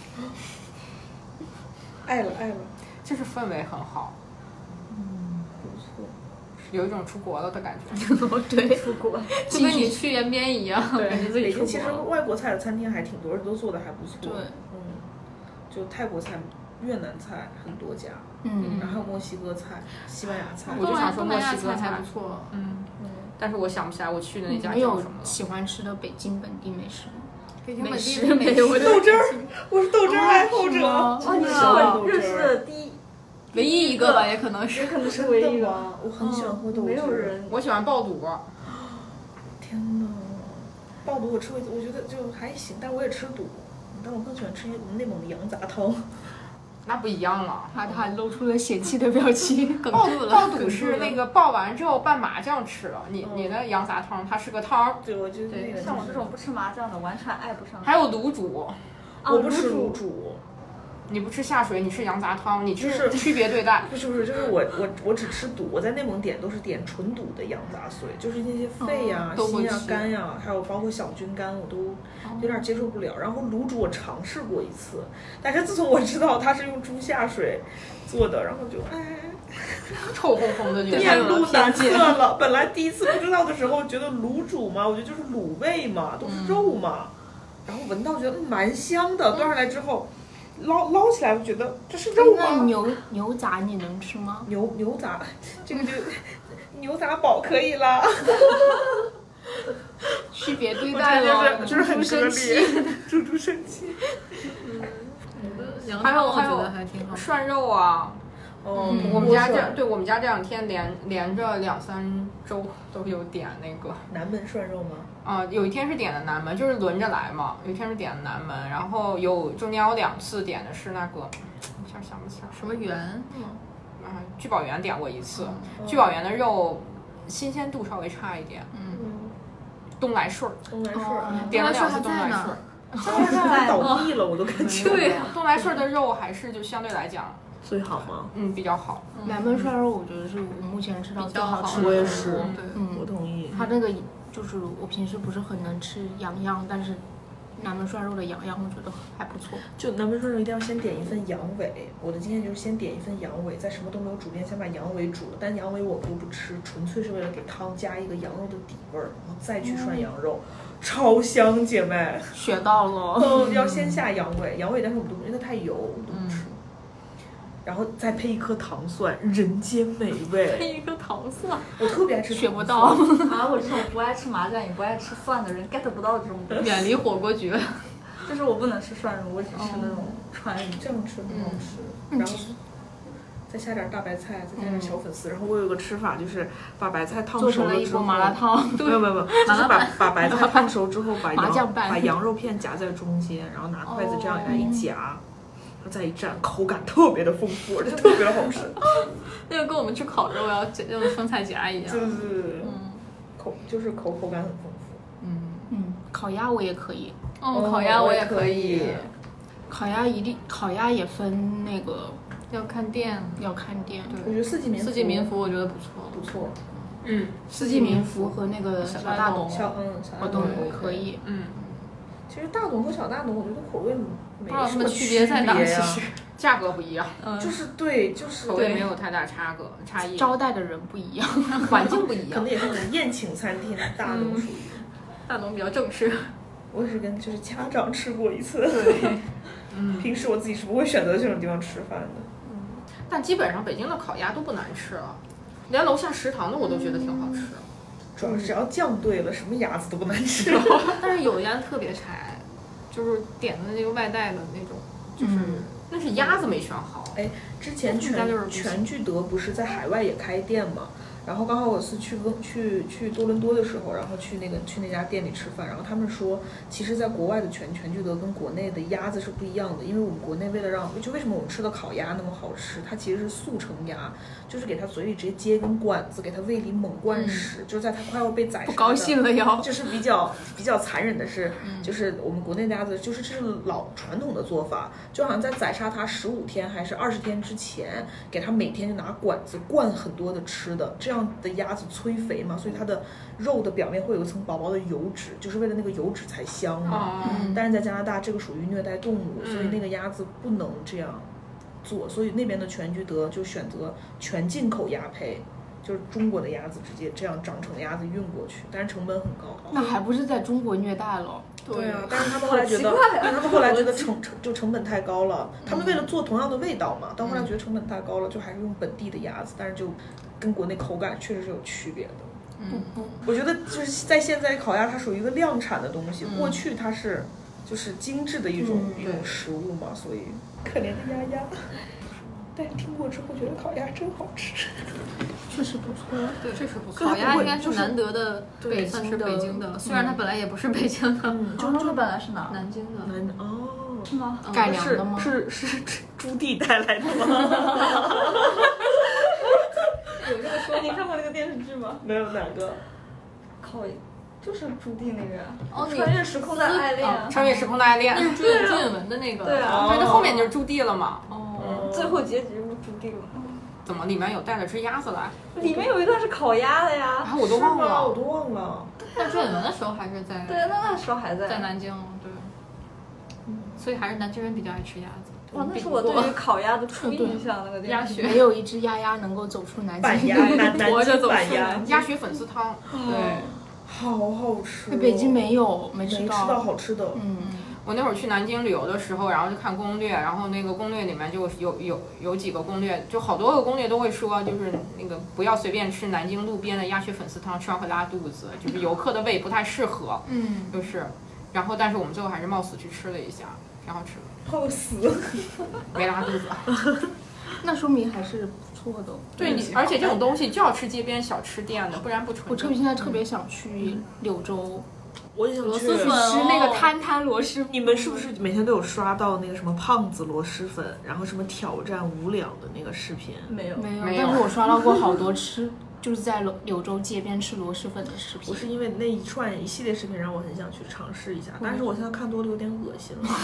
[SPEAKER 1] 爱了。
[SPEAKER 2] 就是氛围很好。
[SPEAKER 1] 不错。
[SPEAKER 2] 有一种出国了的感觉。
[SPEAKER 3] 对，
[SPEAKER 4] 出国，
[SPEAKER 5] 就跟你去延边一样，感觉自己出国了。
[SPEAKER 1] 北京其实外国菜的餐厅还挺多，都做的还不错。
[SPEAKER 3] 对，
[SPEAKER 1] 就泰国菜、越南菜很多家，然后还有墨西哥菜、西班牙菜。
[SPEAKER 2] 我就想说墨西哥
[SPEAKER 5] 菜还不错，
[SPEAKER 2] 但是我想不起来我去的那家
[SPEAKER 3] 叫什么。
[SPEAKER 2] 了。
[SPEAKER 3] 喜欢吃的北京本地美食吗？
[SPEAKER 5] 北京本地
[SPEAKER 3] 美食，
[SPEAKER 1] 豆汁儿，我是豆汁儿爱好者。
[SPEAKER 4] 你是我认识的
[SPEAKER 5] 唯一一个吧，也可能是
[SPEAKER 4] 唯一一个。
[SPEAKER 1] 我很喜欢喝豆汁。
[SPEAKER 4] 没有人。
[SPEAKER 2] 我喜欢爆肚。
[SPEAKER 1] 天哪，爆肚我吃过一次，我觉得就还行，但我也吃肚，但我更喜欢吃内蒙的羊杂汤。
[SPEAKER 2] 那不一样了。
[SPEAKER 3] 他露出了嫌弃的表情。
[SPEAKER 2] 爆肚是那个爆完之后拌麻酱吃了，你的羊杂汤它是个汤。
[SPEAKER 1] 对，我就那个。
[SPEAKER 4] 像我这种不吃麻酱的，完全爱不上。
[SPEAKER 2] 还有卤煮。
[SPEAKER 1] 我不吃卤煮。
[SPEAKER 2] 你不吃下水，你吃羊杂汤，你是区别对待。
[SPEAKER 1] 不是，就是我只吃肚，我在内蒙点都是点纯肚的羊杂碎，就是那些肺呀、心呀、肝呀，还有包括小菌肝，我都有点接受不了。然后卤煮我尝试过一次，但是自从我知道它是用猪下水做的，然后就
[SPEAKER 2] 臭烘烘的，
[SPEAKER 1] 面露难色了。本来第一次不知道的时候觉得卤煮嘛，我觉得就是卤味嘛，都是肉嘛，然后闻到觉得蛮香的，端上来之后。捞起来，我觉得这是肉吗？
[SPEAKER 3] 那牛杂你能吃吗？
[SPEAKER 1] 牛杂，这个就牛杂煲可以啦。
[SPEAKER 3] 区别对待了，
[SPEAKER 1] 就是很生气，猪生气。
[SPEAKER 2] 还有涮肉啊。我们家我们家这2天连着2-3周都有点那个
[SPEAKER 1] 南门涮肉吗？
[SPEAKER 2] 有一天是点的南门，就是轮着来嘛。有一天是点的南门，然后中间有2次点的是那个，一下想不起来
[SPEAKER 5] 什么园
[SPEAKER 2] 聚宝园点过一次，聚宝园的肉新鲜度稍微差一点。东来顺点了2次东来顺，
[SPEAKER 1] 它倒闭了，我都感觉。
[SPEAKER 2] 对，东来顺的肉还是就相对来讲。
[SPEAKER 1] 最好吗？
[SPEAKER 2] 比较好。
[SPEAKER 3] 南门涮肉我觉得是我目前吃到最好吃的。
[SPEAKER 1] 我也是，
[SPEAKER 3] 对，
[SPEAKER 1] 我同意。
[SPEAKER 3] 它那个就是我平时不是很能吃羊样，但是南门涮肉的羊样我觉得还不错。
[SPEAKER 1] 就南门涮肉一定要先点一份羊尾，我的经验就是先点一份羊尾，在什么都没有煮之前先把羊尾煮了，但羊尾我不吃，纯粹是为了给汤加一个羊肉的底味儿，然后再去涮羊肉，超香，姐妹。
[SPEAKER 3] 学到了。
[SPEAKER 1] 要先下羊尾，但是我们都因为它太油，我们都不吃。然后再配一颗糖蒜，人间美味。
[SPEAKER 5] 配一颗糖蒜，
[SPEAKER 1] 我特别爱吃。
[SPEAKER 3] 学不到
[SPEAKER 4] 我这种不爱吃麻酱也不爱吃蒜的人 get 不到这种。
[SPEAKER 5] 远离火锅局。
[SPEAKER 4] 就是我不能吃涮肉，我只吃那种川鱼。
[SPEAKER 1] 这样吃很好吃。然后再下点大白菜，再加点小粉丝。然后我有个吃法，就是把白菜烫熟了之后，
[SPEAKER 3] 麻辣烫。
[SPEAKER 1] 没有，就是把白菜烫熟之后，把羊肉片夹在中间，然后拿筷子这样给它一夹。再一蘸，口感特别的丰富，而且特别的好吃。
[SPEAKER 5] 那个跟我们吃烤肉要用生菜夹一样。
[SPEAKER 1] 就是口感很丰富。
[SPEAKER 3] 烤鸭我也可以。
[SPEAKER 5] 烤鸭我也可以。
[SPEAKER 3] 烤鸭也分那个
[SPEAKER 5] 要看店。
[SPEAKER 3] 对，
[SPEAKER 1] 我觉得四季民福
[SPEAKER 5] 我觉得不错。
[SPEAKER 3] 四季民福和那个小大董，我都可以。
[SPEAKER 1] 其实大董和小大董，我觉得口味没什么
[SPEAKER 5] 区别在哪？
[SPEAKER 2] 其实价格不一样，
[SPEAKER 1] 就是
[SPEAKER 2] 口味没有太大差异。
[SPEAKER 3] 招待的人不一样，
[SPEAKER 2] 环境不一样，
[SPEAKER 1] 可能也是那种宴请餐厅。大董属于
[SPEAKER 5] 大董比较正式。
[SPEAKER 1] 我也是跟家长吃过一次。对，平时我自己是不会选择这种地方吃饭的。
[SPEAKER 2] 但基本上北京的烤鸭都不难吃了，连楼下食堂的我都觉得挺好吃。
[SPEAKER 1] 主要是只要酱对了，什么鸭子都不难吃。
[SPEAKER 5] 但是有的鸭子特别柴，就是点的那个外带的那种，就是
[SPEAKER 2] 那是鸭子没选好。
[SPEAKER 1] 哎，之前全聚德不是在海外也开店吗？然后刚好我是去多伦多的时候，然后去那家店里吃饭，然后他们说，其实在国外的全聚德跟国内的鸭子是不一样的，因为我们国内为了为什么我们吃的烤鸭那么好吃，它其实是速成鸭，就是给它嘴里直接接一根管子，给它胃里猛灌食，就是在它快要被宰杀的，
[SPEAKER 3] 不高兴了要，
[SPEAKER 1] 就是比较残忍的是，就是我们国内的鸭子，就是这是老传统的做法，就好像在宰杀它15天还是20天之前，给它每天就拿管子灌很多的吃的，这样的鸭子催肥嘛，所以它的肉的表面会有一层薄薄的油脂，就是为了那个油脂才香嘛。但是在加拿大这个属于虐待动物，所以那个鸭子不能这样做，所以那边的全聚德就选择全进口鸭胚，就是中国的鸭子直接这样长成的鸭子运过去，但是成本很高。
[SPEAKER 3] 那还不是在中国虐待了？
[SPEAKER 1] 对啊，但是他们后来觉得，成本太高了。他们为了做同样的味道嘛，但后来觉得成本太高了，就还是用本地的鸭子，但是就跟国内口感确实是有区别的。我觉得就是在现在烤鸭它属于一个量产的东西，过去它是就是精致的一种食物嘛，所以可怜的鸭鸭。但听过之后觉得烤鸭真好吃，
[SPEAKER 3] 确实不错。
[SPEAKER 5] 对，确实不错。烤鸭应该是难得的算是北京的，虽然它本来也不是北京的。
[SPEAKER 4] 这本来是哪？
[SPEAKER 5] 南京的。
[SPEAKER 4] 是吗？
[SPEAKER 3] 改良的吗？
[SPEAKER 1] 是朱棣带来的吗？
[SPEAKER 4] 有这个说，你看过那个电视剧吗？
[SPEAKER 1] 没有，哪个？
[SPEAKER 4] 就是朱棣那个
[SPEAKER 5] 穿
[SPEAKER 4] 越时空的爱恋，
[SPEAKER 2] 穿越时空的爱恋，
[SPEAKER 5] 那是朱允炆的那个。
[SPEAKER 4] 对啊，
[SPEAKER 2] 那后面就是朱棣了嘛。
[SPEAKER 4] 最后结局不朱棣了。
[SPEAKER 2] 怎么里面有带了只鸭子来？
[SPEAKER 4] 里面有一段是烤鸭的呀。
[SPEAKER 2] 我都忘
[SPEAKER 1] 了。
[SPEAKER 5] 但朱允炆的时候还是在。
[SPEAKER 4] 对，那时候还在
[SPEAKER 5] 南京，对。所以还是南京人比较爱吃鸭子。
[SPEAKER 4] 哇，那是我对于烤鸭的初印象。那个
[SPEAKER 5] 鸭血，
[SPEAKER 3] 没有一只鸭能够走出南京。
[SPEAKER 1] 活着走出
[SPEAKER 2] 鸭血粉丝汤，
[SPEAKER 1] 对，好好吃。
[SPEAKER 3] 北京没吃
[SPEAKER 1] 到好吃的。
[SPEAKER 2] 我那会儿去南京旅游的时候，然后就看攻略，然后那个攻略里面就有几个攻略，就好多个攻略都会说，就是那个不要随便吃南京路边的鸭血粉丝汤，吃完会拉肚子，就是游客的胃不太适合。就是，然后但是我们最后还是冒死去吃了一下，挺好吃的。
[SPEAKER 1] 冒死，
[SPEAKER 2] 没拉肚子。
[SPEAKER 3] 那说明还是不错的。
[SPEAKER 2] 对，而且这种东西就要吃街边小吃店的，不然不纯。
[SPEAKER 3] 我现在特别想去柳州。
[SPEAKER 1] 我也想去
[SPEAKER 3] 吃那个摊螺蛳粉。
[SPEAKER 1] 你们是不是每天都有刷到那个什么胖子螺蛳粉，然后什么挑战无两的那个视频？
[SPEAKER 3] 没有，但是我刷到过好多就是在柳州街边吃螺蛳粉的视频。
[SPEAKER 1] 我是因为那一系列视频让我很想去尝试一下，但是我现在看多了有点恶心了。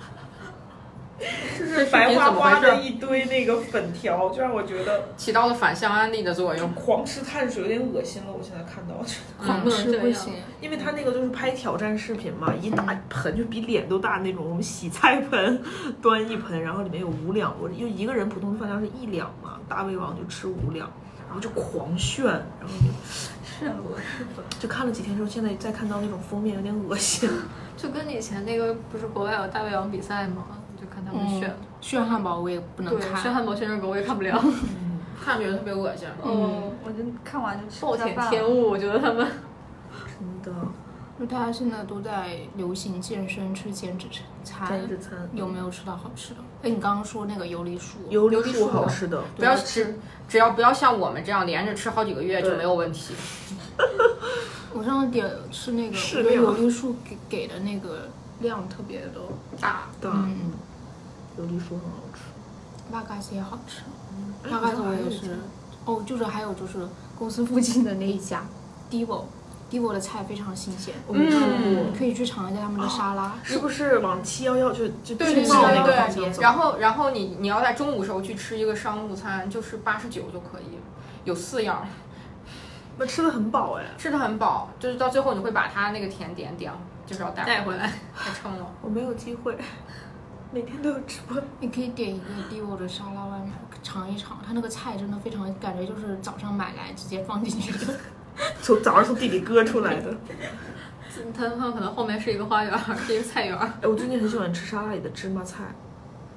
[SPEAKER 1] 就是白花花的一堆那个粉条，就让我觉得
[SPEAKER 2] 起到了反向安利的作用。
[SPEAKER 1] 狂吃碳水有点恶心了，我现在看到
[SPEAKER 3] 狂吃不行，
[SPEAKER 1] 因为他那个就是拍挑战视频嘛，一大盆就比脸都大那种，我们洗菜盆端一盆，然后里面有5两，因为一个人普通的饭量是1两嘛，大胃王就吃5两，然后就狂炫，然后
[SPEAKER 4] 炫螺蛳粉，
[SPEAKER 1] 就看了几天之后，现在再看到那种封面有点恶心。
[SPEAKER 5] 就跟以前那个不是国外有大胃王比赛吗？就看他们
[SPEAKER 3] 炫汉堡我也不能看，
[SPEAKER 5] 炫汉堡、炫热狗我也看不了，
[SPEAKER 2] 看觉得特别恶心。
[SPEAKER 4] 我就看完就吃
[SPEAKER 5] 暴殄天物，我觉得他们
[SPEAKER 1] 真的。
[SPEAKER 3] 就大家现在都在流行健身吃减脂餐，有没有吃到好吃的？哎，你刚刚说那个油梨
[SPEAKER 1] 树好吃的，
[SPEAKER 2] 不要吃，只要不要像我们这样连着吃好几个月就没有问题。
[SPEAKER 3] 我上次点吃那个油梨树给的那个量特别的大，
[SPEAKER 1] 油梨树很好吃，
[SPEAKER 3] 拉嘎斯也好吃，拉嘎斯我也是。就是还有就是公司附近的那一家 Divo 的菜非常新鲜，可以去尝一下他们的沙拉。
[SPEAKER 1] 是不是往711就
[SPEAKER 2] 对
[SPEAKER 1] 那个方向走？
[SPEAKER 2] 然后你要在中午时候去吃一个商务餐，就是89就可以，有4样。
[SPEAKER 1] 那吃的很饱哎，
[SPEAKER 2] 吃的很饱，就是到最后你会把它那个甜点就是要带
[SPEAKER 5] 回来，
[SPEAKER 2] 太撑了。
[SPEAKER 1] 我没有机会，每天都有直播。
[SPEAKER 3] 你可以点一个 Divo 的沙拉外卖尝一尝，它那个菜真的非常感觉就是早上买来直接放进去的，
[SPEAKER 1] 早上从地里割出来的。
[SPEAKER 5] 它可能后面是一个花园，是一个菜园。
[SPEAKER 1] 我最近很喜欢吃沙拉里的芝麻菜。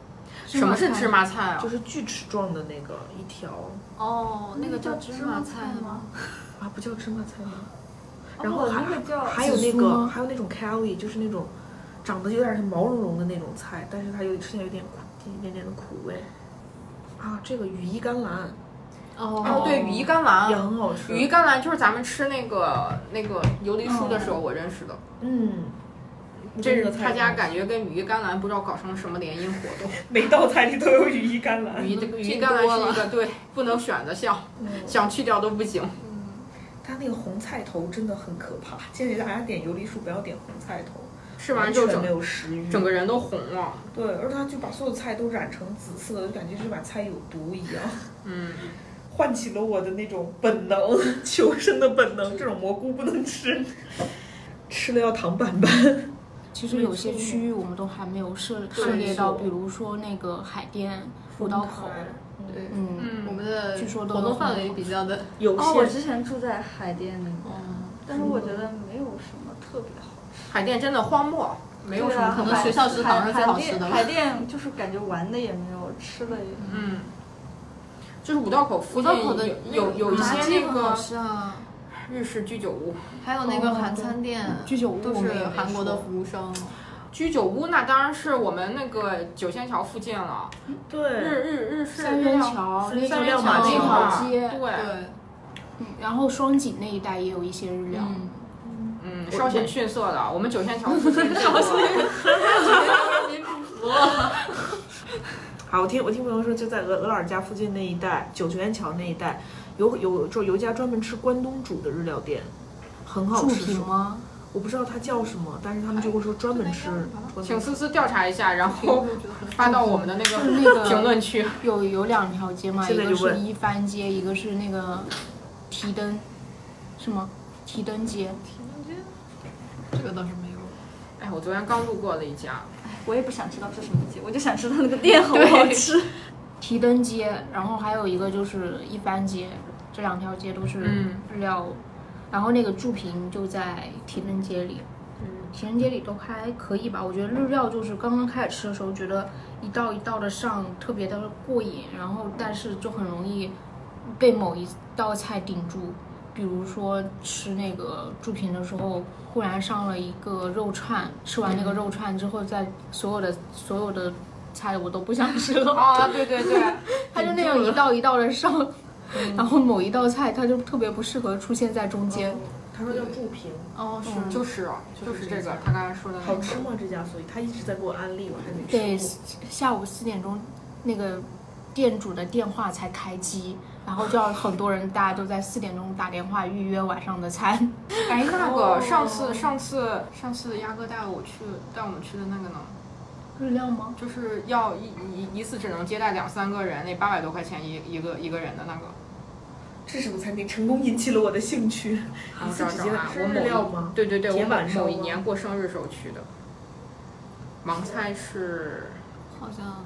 [SPEAKER 2] 什么是芝麻菜啊？
[SPEAKER 1] 就是锯齿状的那个一条。
[SPEAKER 5] 哦，那个叫芝麻菜吗？
[SPEAKER 1] 啊，不叫芝麻菜吗？然后
[SPEAKER 4] 还
[SPEAKER 1] 有那种 Kelly， 就是那种长得有点像毛茸茸的那种菜，但是它吃起来有点苦，一点点的苦味。啊，这个羽衣甘蓝。
[SPEAKER 2] 哦，对，羽衣甘蓝
[SPEAKER 1] 也很好吃。
[SPEAKER 2] 羽衣甘蓝就是咱们吃那个油梨酥的时候我认识的。这是他家感觉跟羽衣甘蓝不知道搞成什么联姻活动，
[SPEAKER 1] 每道菜里都有羽衣甘蓝。
[SPEAKER 2] 羽衣甘蓝是一个对不能选的项，想去掉都不行。
[SPEAKER 1] 它那个红菜头真的很可怕，建议大家点油梨酥不要点红菜头，
[SPEAKER 2] 吃完就
[SPEAKER 1] 没有食欲，
[SPEAKER 2] 整个人都红了。
[SPEAKER 1] 对，而他就把所有菜都染成紫色，就感觉是把菜有毒一样。唤起了我的那种本能，求生的本能。这种蘑菇不能吃，吃了要躺板板。
[SPEAKER 3] 其实有些区域我们都还没有涉猎到，比如说那个海淀福岛口。
[SPEAKER 5] 对，我们的
[SPEAKER 3] 据说
[SPEAKER 5] 活动范围比较的
[SPEAKER 1] 有限。
[SPEAKER 4] 我之前住在海淀那边，但是我觉得没有什么特别好吃。
[SPEAKER 2] 海淀真的荒漠，没有什么，
[SPEAKER 5] 可能学校食堂是最好吃的。
[SPEAKER 4] 海淀就是感觉玩的也没有，吃的也
[SPEAKER 2] 就是五道口附近有一些那个日式居酒屋，
[SPEAKER 5] 还有那个韩餐店，
[SPEAKER 3] 居酒屋
[SPEAKER 5] 都是韩国的服务生。
[SPEAKER 2] 居酒屋那当然是我们那个九仙桥附近了。
[SPEAKER 1] 对，
[SPEAKER 2] 日式
[SPEAKER 3] 三元桥那
[SPEAKER 2] 条
[SPEAKER 3] 街，
[SPEAKER 2] 对。
[SPEAKER 3] 然后双井那一带也有一些日料。
[SPEAKER 2] 稍显逊色的，我们九仙桥附近稍显民不服。
[SPEAKER 1] 好，我听朋友说，就在鹅老师家附近那一带，九仙桥那一带，有一家专门吃关东煮的日料店，很好吃。
[SPEAKER 3] 助品吗？
[SPEAKER 1] 我不知道它叫什么，但是他们就会说专门吃。
[SPEAKER 2] 请思思调查一下，然后发到我们的那个评论区。
[SPEAKER 3] 有两条街嘛，一个是一番街，一个是那个提灯，是吗？提灯街。
[SPEAKER 5] 这个倒是没有。
[SPEAKER 2] 哎，我昨天刚路过了一家。
[SPEAKER 4] 我也不想知道是什么街，我就想知道那个店好不好吃。
[SPEAKER 3] 提灯街，然后还有一个就是一番街，这两条街都是日料。然后那个驻平就在提灯街里，提灯街里都还可以吧。我觉得日料就是刚刚开始吃的时候，觉得一道一道的上特别的过瘾，然后但是就很容易被某一道菜顶住。比如说吃那个驻平的时候，忽然上了一个肉串，吃完那个肉串之后，在所有的菜我都不想吃了。
[SPEAKER 2] 啊，对对对，
[SPEAKER 3] 它就那样一道一道的上。然后某一道菜它就特别不适合出现在中间。
[SPEAKER 1] 他说叫驻平。
[SPEAKER 2] 就是这个，他刚才说的。
[SPEAKER 1] 好吃吗这家？所以他一直在给我安利，我还没吃过。
[SPEAKER 3] 对，下午4点钟那个店主的电话才开机，然后就要很多人，大家都在4点钟打电话预约晚上的餐。
[SPEAKER 2] 哎，那个上次鸭哥带我们去的那个呢？
[SPEAKER 3] 日料吗？
[SPEAKER 2] 就是要一次只能接待2-3个人，那800多块钱一个人的那个。
[SPEAKER 1] 这什么餐厅成功引起了我的兴趣？一次只接待是日料吗？
[SPEAKER 2] 对，我某一年过生日时候去的。盲猜是，
[SPEAKER 5] 好像，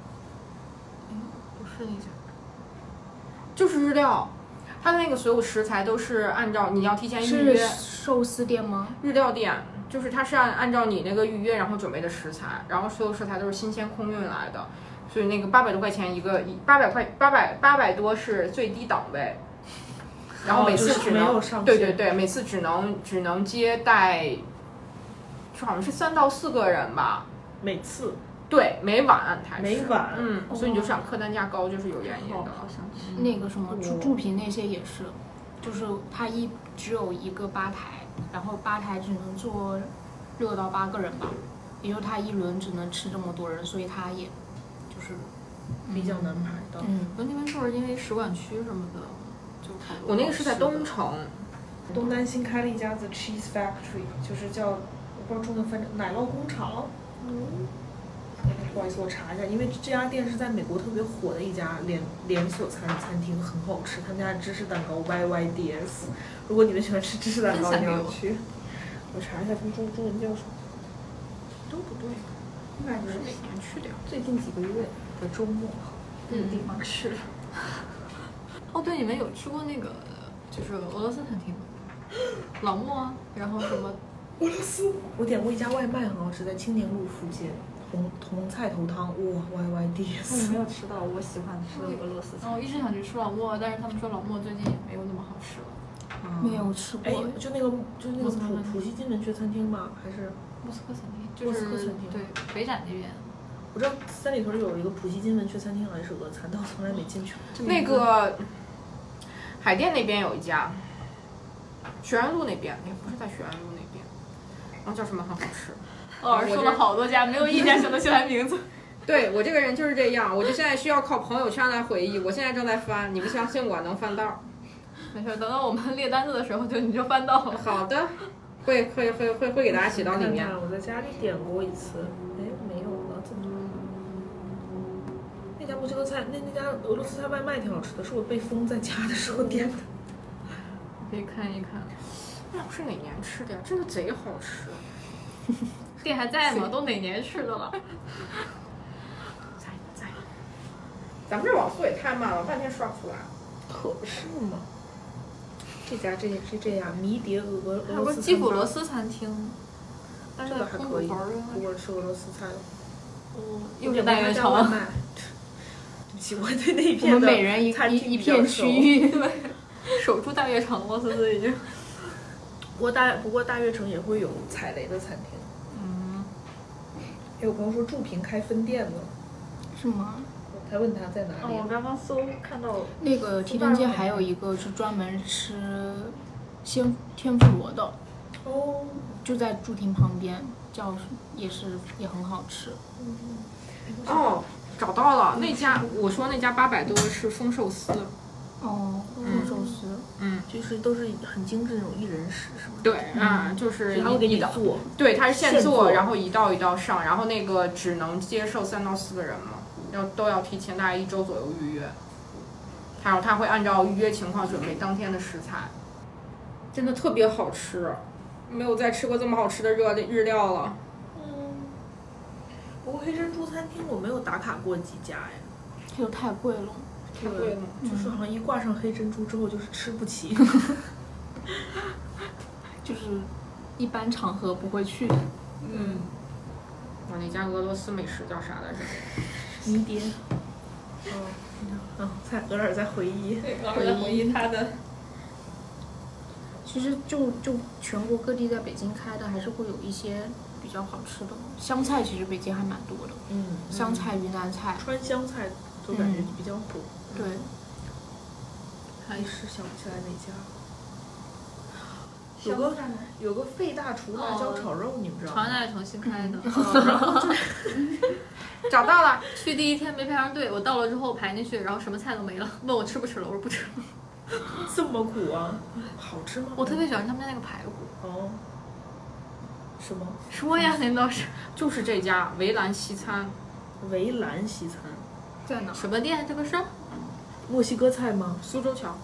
[SPEAKER 5] 不是那家，
[SPEAKER 2] 就是日料。它的那个所有食材都是按照你要提前预约。
[SPEAKER 3] 是寿司店吗？
[SPEAKER 2] 日料店。就是它是按照你那个预约，然后准备的食材，然后所有食材都是新鲜空运来的，所以那个800多块钱一个，800多是最低档位，然后每次只能、对，每次只能接待，好像是3到4个人吧，
[SPEAKER 1] 每次。
[SPEAKER 2] 对，每晚才
[SPEAKER 1] 每晚。
[SPEAKER 2] 所以你就想客单价高就是有原因的。
[SPEAKER 4] 好想吃
[SPEAKER 3] 那个什么驻平那些也是，就是它只有一个吧台。然后吧台只能坐6到8个人吧，也就他一轮只能吃这么多人，所以他也就是
[SPEAKER 1] 比较难排到。
[SPEAKER 5] 那边是不是因为使馆区什么的就好多？
[SPEAKER 2] 我那个是在东城，
[SPEAKER 1] 东单新开了一家子 Cheese Factory， 就是叫我不知道中文翻成奶酪工厂。不好意思，我查一下，因为这家店是在美国特别火的一家连锁餐厅，很好吃。他们家的芝士蛋糕 YYDS， 如果你们喜欢吃芝士蛋糕，你要去。我查一下他们中文叫什么？都不对，应该是哪年去的呀？
[SPEAKER 4] 最近几个月的周末，那个地方去了。
[SPEAKER 5] 哦，对，你们有吃过那个就是俄罗斯餐厅吗？老莫啊，然后什么？
[SPEAKER 1] 俄罗斯，我点过一家外卖，很好吃，在青年路附近。 红菜头汤，哇 YYDS。
[SPEAKER 4] 我没有吃到我喜欢吃的俄罗斯菜。
[SPEAKER 5] 我一直想去吃老莫，但是他们说老莫最近也没有那么好吃了。
[SPEAKER 3] 没有吃过。
[SPEAKER 1] 就那个普希金文学餐厅吗？还是
[SPEAKER 5] 莫斯科餐厅？就是
[SPEAKER 1] 莫斯科餐厅。
[SPEAKER 5] 对，北展那边。
[SPEAKER 1] 我知道三里屯有一个普希金文学餐厅，好像是俄餐，但我从来没进去。
[SPEAKER 2] 那个海淀那边有一家，学院路那边，不是在学院路那边，然后叫什么很好吃。
[SPEAKER 5] 说了好多家，没有一家想得起来名字。
[SPEAKER 2] 对，我这个人就是这样，我就现在需要靠朋友圈来回忆。我现在正在翻，你们相信我能翻到？
[SPEAKER 5] 没事，等到我们列单子的时候，你就翻到了。
[SPEAKER 2] 好的，会给大家写到里面。
[SPEAKER 1] 我在家里点过一次，没有了，怎么？那家墨西哥菜，那家俄罗斯菜外卖挺好吃的，是我被封在家的时候点的。
[SPEAKER 5] 可以看一看。
[SPEAKER 2] 那我是哪年吃的呀？真的贼好吃。
[SPEAKER 5] 店还在吗？都哪年吃的了？
[SPEAKER 2] 在。咱们这网速也太慢了，半天刷不出来。
[SPEAKER 1] 可是嘛。这家迷迭俄罗斯。
[SPEAKER 5] 它不是基辅罗斯餐厅，但是
[SPEAKER 1] 这个还可以，如果是俄罗斯菜的。
[SPEAKER 5] 又是大悦城。
[SPEAKER 1] 对不起，我对那片的
[SPEAKER 3] 我们每人一片区域，
[SPEAKER 5] 对，守住大悦城了，是不是已经？
[SPEAKER 1] 不过大悦城也会有踩雷的餐厅。有朋友说祝平开分店了，
[SPEAKER 3] 是吗？
[SPEAKER 1] 我才问他在哪里。
[SPEAKER 4] 我刚刚搜看到
[SPEAKER 3] 那个提灯街还有一个是专门吃天妇罗的，就在驻亭旁边，也很好吃。
[SPEAKER 2] 找到了那家，我说那家800多是风寿司。
[SPEAKER 3] 风寿司，
[SPEAKER 1] 就是都是很精致那种一人食，是吗？
[SPEAKER 2] 对，就是
[SPEAKER 1] 他会给你做，
[SPEAKER 2] 对，他是现做，然后一道一道上，然后那个只能接受3到4个人嘛，都要提前大概1周左右预约，还有他会按照预约情况准备当天的食材，真的特别好吃，没有再吃过这么好吃的日料了。
[SPEAKER 1] 不过黑珍珠餐厅我没有打卡过几家呀，
[SPEAKER 3] 这个太贵了。
[SPEAKER 2] 太贵了，
[SPEAKER 1] 就是好像一挂上黑珍珠之后就是吃不起，
[SPEAKER 3] 就是一般场合不会去。
[SPEAKER 2] 我那家俄罗斯美食叫啥来着？
[SPEAKER 1] 迷迭。在俄尔在回忆。
[SPEAKER 5] 对，俄尔在回忆他的。
[SPEAKER 3] 其实就全国各地在北京开的，还是会有一些比较好吃的。湘菜其实北京还蛮多的。湘菜、云南菜。
[SPEAKER 1] 川湘菜都感觉比较火。
[SPEAKER 3] 对，
[SPEAKER 1] 还是想不起来哪家。有个费大厨辣椒炒肉，你们知道吗？
[SPEAKER 5] 长安大悦城新开的。
[SPEAKER 2] 找到了。
[SPEAKER 5] 去第一天没排上队，我到了之后排进去，然后什么菜都没了，问我吃不吃了，我说不吃。
[SPEAKER 1] 这么苦啊？好吃吗？
[SPEAKER 5] 我特别喜欢他们家那个排骨。
[SPEAKER 1] 什么？
[SPEAKER 5] 说呀，那倒是。
[SPEAKER 2] 就是这家围栏西餐。
[SPEAKER 1] 围栏西餐。
[SPEAKER 3] 在哪？
[SPEAKER 5] 什么店？这个是？
[SPEAKER 1] 墨西哥菜吗？
[SPEAKER 2] 苏州桥。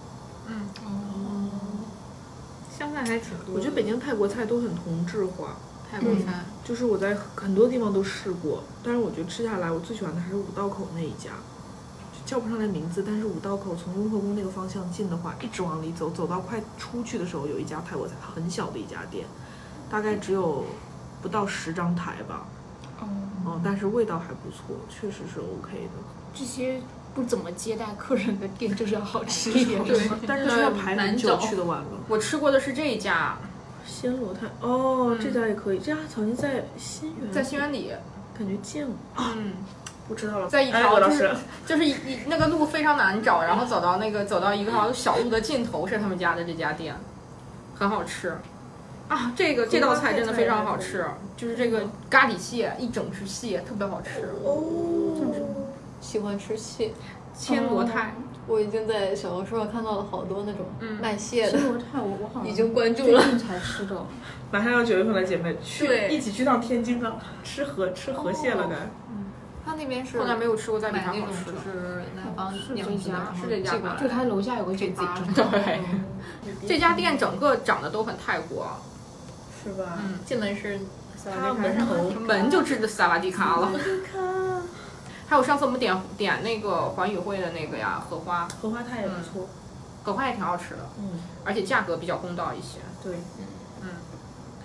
[SPEAKER 5] 湘菜还挺多。
[SPEAKER 1] 我觉得北京泰国菜都很同质化。
[SPEAKER 5] 泰国菜。
[SPEAKER 1] 就是我在很多地方都试过，但是我觉得吃下来我最喜欢的还是五道口那一家，叫不上来名字，但是五道口从雍和宫那个方向进的话，一直往里走，走到快出去的时候，有一家泰国菜，很小的一家店，大概只有不到10张台吧。但是味道还不错，确实是 OK 的。
[SPEAKER 3] 这些不怎么接待客人的店就是要好吃一点，
[SPEAKER 1] 对，但是需要排很久去的晚了。
[SPEAKER 2] 我吃过的是这一家，
[SPEAKER 1] 暹罗泰。这家也可以，这家好像在新源，
[SPEAKER 2] 在新源里，
[SPEAKER 1] 感觉见过。不知道了，
[SPEAKER 2] 在一条就是那个路非常难找，然后走到一个小路的尽头是他们家的这家店，很好吃。这道菜真的非常好吃，就是这个咖喱蟹，一整只蟹特别好吃。
[SPEAKER 5] 喜欢吃蟹，
[SPEAKER 2] 暹罗泰。
[SPEAKER 5] 我已经在小红书上看到了好多那种卖蟹的。
[SPEAKER 3] 暹罗泰我好像
[SPEAKER 5] 已经关注了，
[SPEAKER 3] 最近才吃的。
[SPEAKER 1] 马上要9月份了，姐妹一起去趟天津啊，吃河蟹了该。
[SPEAKER 5] 他那边是
[SPEAKER 2] 后来没有吃过，在比他好
[SPEAKER 5] 吃，就是南方娘子的，
[SPEAKER 2] 是这家吧？
[SPEAKER 3] 就他楼下有个酒吧。
[SPEAKER 2] 对，这家店整个长得都很泰国。
[SPEAKER 1] 是吧？
[SPEAKER 5] 进门是
[SPEAKER 1] 他
[SPEAKER 2] 门就知道萨瓦迪卡了。还有上次我们点那个环宇汇的那个呀，荷花
[SPEAKER 1] 菜也不错，
[SPEAKER 2] 荷花也挺好吃的，而且价格比较公道一些。
[SPEAKER 1] 对，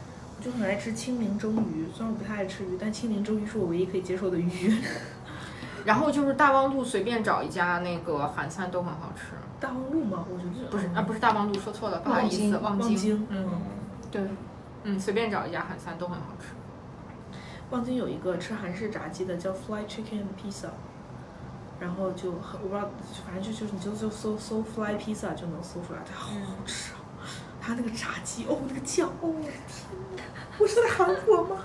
[SPEAKER 1] 就很爱吃清明蒸鱼，虽然我不太爱吃鱼，但清明蒸鱼是我唯一可以接受的鱼。
[SPEAKER 2] 然后就是大望路随便找一家那个韩餐都很好吃。
[SPEAKER 1] 大望路吗？我觉得
[SPEAKER 2] 不是啊，不是大望路，说错了，不好意思，望京。
[SPEAKER 3] 对，
[SPEAKER 2] 随便找一家韩餐都很好吃。
[SPEAKER 1] 望京有一个吃韩式炸鸡的叫 Fly Chicken Pizza， 然后就很我不知道，反正就是你就搜 Fly Pizza 就能搜出来，它好好吃啊！它那个炸鸡那个酱我的天哪，我是在韩国吗？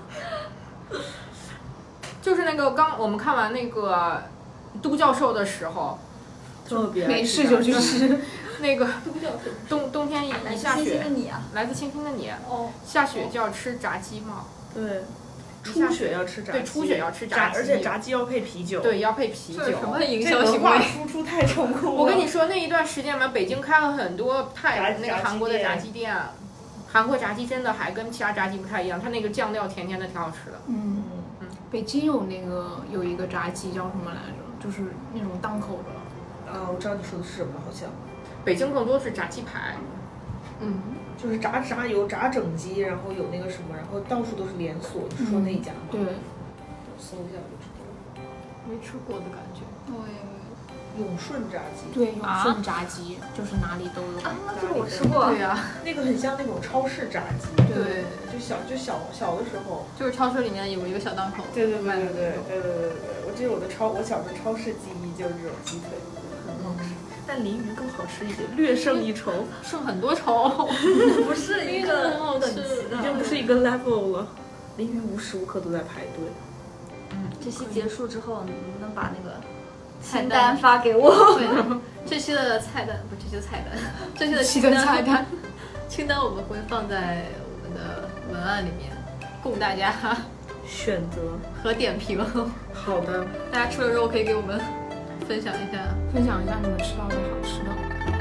[SPEAKER 2] 就是那个我们看完那个都教授的时候，
[SPEAKER 1] 特别
[SPEAKER 3] 没事就去吃
[SPEAKER 2] 那个冬天一下雪，来自星星的你，下雪就要吃炸鸡嘛。
[SPEAKER 1] 对，初雪要吃炸鸡，
[SPEAKER 2] 对，初雪要吃炸鸡，
[SPEAKER 1] 而且炸鸡要配啤酒，
[SPEAKER 2] 对，要配啤酒。
[SPEAKER 5] 什么营
[SPEAKER 1] 销行为？输出太成功了。
[SPEAKER 2] 我跟你说，那一段时间嘛，北京开了很多那个韩国的炸鸡店，韩国炸鸡真的还跟其他炸鸡不太一样，它那个酱料甜甜的，挺好吃的。
[SPEAKER 3] 北京有一个炸鸡叫什么来着？就是那种档口的。
[SPEAKER 1] 啊，我知道你说的是什么，好像。
[SPEAKER 2] 北京更多是炸鸡排。
[SPEAKER 1] 就是炸油炸整鸡，然后有那个什么，然后到处都是连锁。你是说那一家吗？
[SPEAKER 3] 对。
[SPEAKER 1] 搜一下就知道了。
[SPEAKER 5] 没吃过的感觉。
[SPEAKER 1] 永顺炸鸡。
[SPEAKER 3] 对，永顺炸鸡就是哪里都有。
[SPEAKER 4] 这个我吃过。
[SPEAKER 5] 对呀，
[SPEAKER 1] 那个很像那种超市炸鸡。
[SPEAKER 5] 对，
[SPEAKER 1] 就小的时候，
[SPEAKER 5] 就是超市里面有一个小档口。
[SPEAKER 1] 对。我记得我小时候超市记忆就是这种鸡腿，很好吃。但鲮鱼更好吃一些，略胜一筹，
[SPEAKER 5] 胜很多筹，
[SPEAKER 4] 不是一个
[SPEAKER 5] 很好吃，
[SPEAKER 1] 已经不是一个 level 了。鲮鱼无时无刻都在排队。
[SPEAKER 4] 这期结束之后，你能把那个清单发给我？
[SPEAKER 5] 对的，这期的菜单不是这期的菜单，这期的清单我们会放在我们的文案里面，供大家
[SPEAKER 1] 选择
[SPEAKER 5] 和点评。
[SPEAKER 1] 好的，
[SPEAKER 5] 大家吃了之后可以给我们分享一下
[SPEAKER 3] 你们吃到的好吃的。